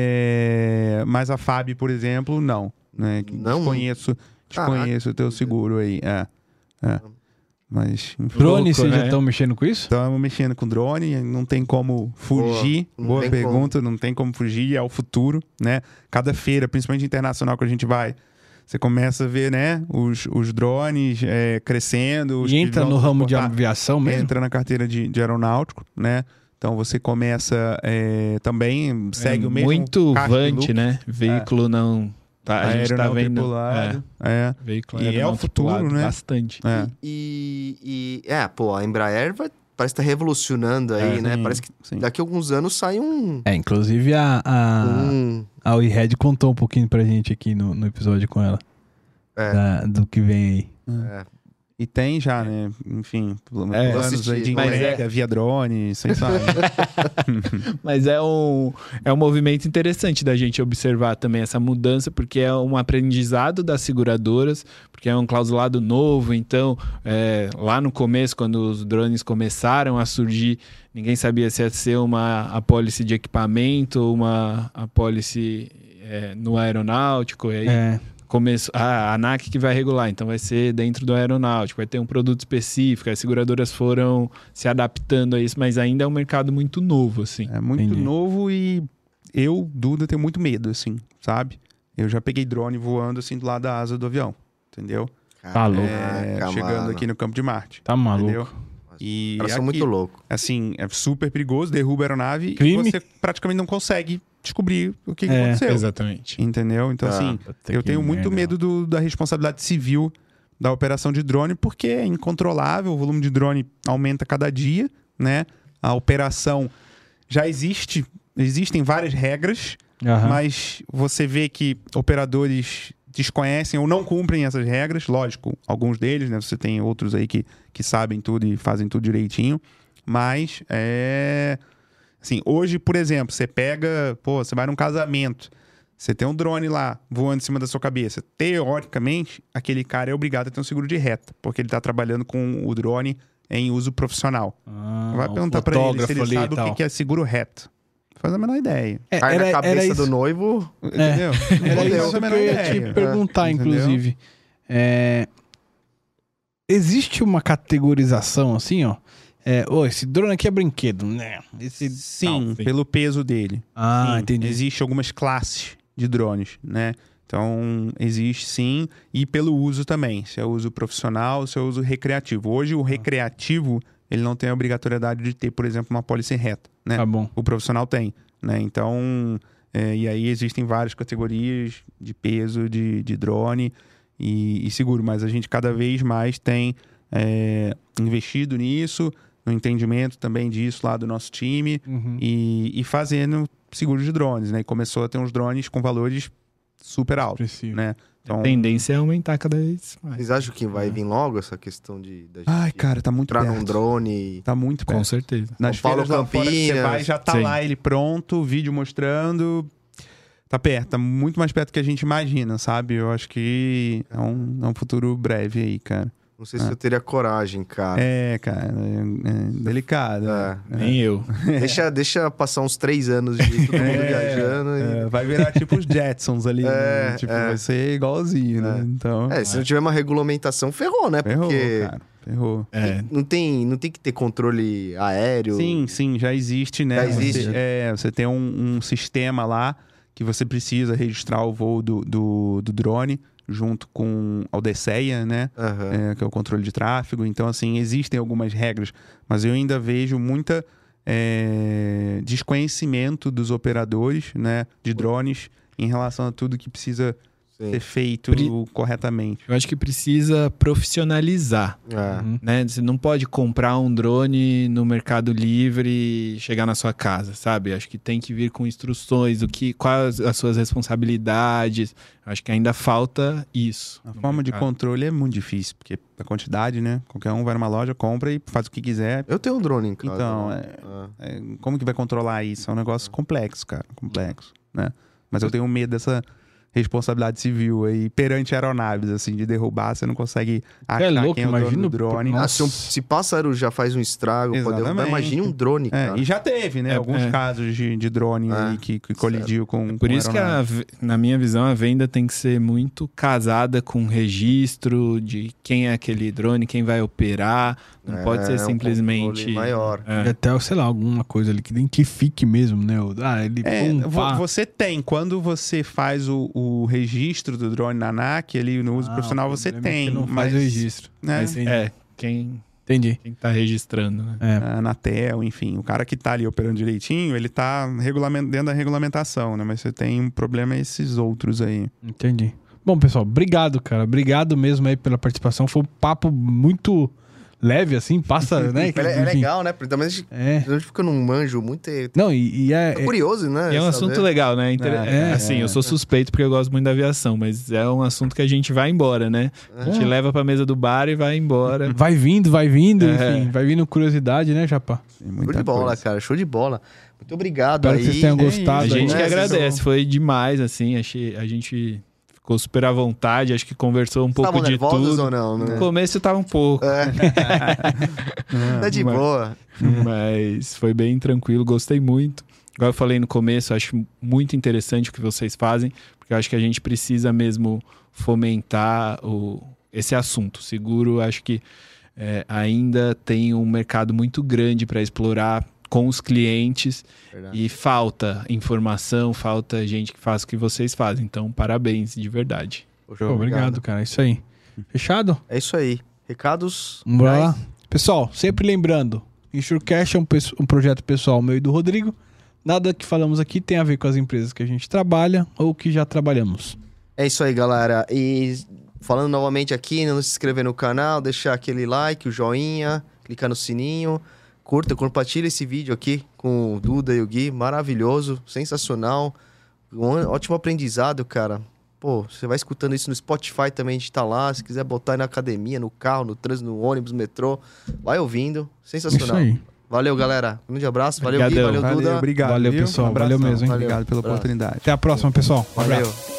É, mas a F A B, por exemplo, não, né? Não? Desconheço, desconheço o teu seguro aí, é. é. Mas, enfim. Drone, Louco, vocês já né? estão mexendo com isso? Estamos mexendo com drone, não tem como fugir. Boa, não Boa tem pergunta, não tem como fugir, é o futuro, né? Cada feira, principalmente internacional que a gente vai, você começa a ver, né, os, os drones é, crescendo. os E que entra vão no ramo de transportar- aviação mesmo? Entra na carteira de, de aeronáutico, né? Então você começa é, também, segue É o mesmo muito casco e vante, look, né? Veículo não... Tá, a gente aéreo tá não vendo... tripulado. É, É, veículo E aéreo é o não futuro, tripulado né? Bastante. é. E, e, e- é, pô, a Embraer vai, parece que tá revolucionando aí, É, né? sim, Parece que sim. daqui a alguns anos sai um... É, inclusive a, a, um a WeHead contou um pouquinho pra gente aqui no, no episódio com ela. É. da- do que vem aí. E tem já, né? Enfim, pl- É, planos assisti, aí de mas entrega via drone, vocês sabem. Mas é um, é um movimento interessante da gente observar também essa mudança, porque é um aprendizado das seguradoras, porque é um clausulado novo. Então, é, lá no começo, quando os drones começaram a surgir, ninguém sabia se ia ser uma apólice de equipamento ou uma apólice é, no aeronáutico. E aí, É, começou a ANAC que vai regular, então vai ser dentro do aeronáutico, vai ter um produto específico, as seguradoras foram se adaptando a isso, mas ainda é um mercado muito novo, assim. É muito Entendi. novo e eu, Duda, tenho muito medo, assim, sabe? Eu já peguei drone voando, assim, do lado da asa do avião, entendeu? Tá louco. É, Caraca, chegando mano. aqui no campo de Marte, tá maluco. entendeu? E Os caras são aqui, muito loucos. assim, é super perigoso, derruba a aeronave Crime. e você praticamente não consegue descobrir o que, que É, aconteceu, Exatamente. entendeu? Então, Ah, assim, Puta eu que tenho muito merda. medo do- da responsabilidade civil da operação de drone, porque é incontrolável, o volume de drone aumenta cada dia, né? A operação já existe, existem várias regras, Aham. mas você vê que operadores desconhecem ou não cumprem essas regras, lógico, alguns deles, né? Você tem outros aí que, que sabem tudo e fazem tudo direitinho, mas é... Assim, hoje, por exemplo, você pega, pô, você vai num casamento, você tem um drone lá voando em cima da sua cabeça. Teoricamente, aquele cara é obrigado a ter um seguro de reta, porque ele tá trabalhando com o drone em uso profissional. Ah, Vai um perguntar pra ele se fotógrafo ele ali e sabe o que tal. que é seguro reto. Faz a menor ideia. É, Cai era, na era cabeça isso, do noivo. Entendeu? era Não isso faz que a eu menor ia ideia. te perguntar, É, entendeu? inclusive. É, existe uma categorização assim, ó. É, ô, esse drone aqui é brinquedo, né? Esse... Sim, Não, sim. pelo peso dele. Ah, Sim, entendi. Existem algumas classes de drones, né? Então, existe sim. E pelo uso também. Se é uso profissional, se é uso recreativo. Hoje, o recreativo, ele não tem a obrigatoriedade de ter, por exemplo, uma pólice reta, né? Tá bom. O profissional tem, né? Então, é, e aí existem várias categorias de peso de, de drone e, e seguro. Mas a gente cada vez mais tem é, investido nisso, no entendimento também disso lá do nosso time Uhum. e, e fazendo seguro de drones, né? E começou a ter uns drones com valores super alto, Expressivo. né? Então, A tendência é aumentar cada vez mais. Vocês acham que vai vir logo essa questão de... da gente ai, cara, tá muito entrar perto. num drone? Tá muito perto. Com certeza. Nas São Paulo, feiras lá fora que você Campinas. vai, já tá Sim. lá ele pronto, vídeo mostrando. Tá perto, tá muito mais perto do que a gente imagina, sabe? Eu acho que é um, é um futuro breve aí, cara. Não sei se eu teria coragem, cara. É, cara, é, é delicado. É. Nem eu. Deixa, deixa passar uns três anos de todo mundo É, viajando. E... É, vai virar tipo os Jetsons ali, É, né? Tipo, é. vai ser igualzinho, né? É. Então, É, se não tiver uma regulamentação, ferrou, né? ferrou, Porque cara, ferrou. É. não, tem, não tem que ter controle aéreo. Sim, sim, já existe, né? Já existe. Você, é, você tem um, um sistema lá que você precisa registrar o voo do, do, do drone junto com a Odisseia, né? Aham. É, que é o controle de tráfego. Então, assim, existem algumas regras, mas eu ainda vejo muita é, desconhecimento dos operadores, né, de drones em relação a tudo que precisa Sim. ser feito Pri- corretamente. Eu acho que precisa profissionalizar. É. Uhum. Né? Você não pode comprar um drone no Mercado Livre e chegar na sua casa, sabe? Acho que tem que vir com instruções, o que, quais as suas responsabilidades. Acho que ainda falta isso. A no forma de mercado. controle é muito difícil, porque a quantidade, né? Qualquer um vai numa loja, compra e faz o que quiser. Eu tenho um drone em casa. Então, né? é- É, como que vai controlar isso? É um negócio complexo, cara. Complexo, né? Mas eu tenho medo dessa responsabilidade civil aí perante aeronaves, assim, de derrubar, você não consegue achar é louco, quem é o dono imagina do o- drone. Ah, se, um, se pássaro já faz um estrago, pode derrubar, Exatamente. imagine um drone, É, cara. e já teve, né? É, Alguns é. casos de, de drone É, aí que, que colidiu com Por com isso que, a aeronave. ve- na minha visão, a venda tem que ser muito casada com registro de quem é aquele drone, quem vai operar. Não É, pode ser um controle controle maior. É. E até, sei lá, alguma coisa ali que identifique mesmo, né? O- Ah, ele... É, pum, vo- pá. você tem, quando você faz o, o registro do drone na ANAC, ali no uso Ah, profissional o você problema é que tem. não mas, faz o registro. né, Mas é, quem, Entendi. quem tá registrando, né? É. a Anatel, enfim, o cara que tá ali operando direitinho, ele tá regulamen- dentro da regulamentação, né? Mas você tem um problema esses outros aí. Entendi. Bom, pessoal, obrigado, cara. Obrigado mesmo aí pela participação. Foi um papo muito leve, assim, passa, né? É, é Enfim. legal, né? Também a gente, É. a gente fica num manjo muito... É Não, e, e é, é- curioso, né? E é um saber. assunto legal, né? Inter- É, é, assim, é. eu sou suspeito porque eu gosto muito da aviação, mas é um assunto que a gente vai embora, né? A gente leva pra mesa do bar e vai embora. vai vindo, vai vindo, É. enfim, vai vindo curiosidade, né, Japa? Tem Show muita de bola, coisa. cara. Show de bola. Muito obrigado Espero aí. que vocês tenham é gostado. A isso, aí. gente que né? agradece, foi demais, assim, achei, a gente ficou super à vontade, acho que conversou um pouco Estavam de nervosos tudo. ou não? No Né? começo tava um pouco, Tá de mas- boa. mas foi bem tranquilo, gostei muito. Igual eu falei no começo, acho muito interessante o que vocês fazem, porque eu acho que a gente precisa mesmo fomentar o, esse assunto. Seguro, acho que é, ainda tem um mercado muito grande para explorar com os clientes Verdade. e falta informação, falta gente que faça o que vocês fazem. Então, parabéns, de verdade. Poxa, Pô, obrigado, cara. É isso aí. Fechado? É isso aí. Recados? Vamos lá. finais? Pessoal, sempre lembrando, Insurecast é um, pesso- um projeto pessoal meu e do Rodrigo. Nada que falamos aqui tem a ver com as empresas que a gente trabalha ou que já trabalhamos. É isso aí, galera. E falando novamente aqui, não se inscrever no canal, deixar aquele like, o joinha, clicar no sininho, curta, compartilha esse vídeo aqui com o Duda e o Gui. Maravilhoso, sensacional. Um ótimo aprendizado, cara. Pô, você vai escutando isso no Spotify também, a gente tá lá. Se quiser botar aí na academia, no carro, no trânsito, no ônibus, no metrô, vai ouvindo. Sensacional. Isso aí. Valeu, galera. Um grande abraço. Valeu, Obrigadão. Gui. Valeu, Valeu, Duda. obrigado. Valeu, viu? pessoal. Um abração. Valeu mesmo, hein? Obrigado pela Abraço. oportunidade. Até a próxima, pessoal. Um abraço. Valeu.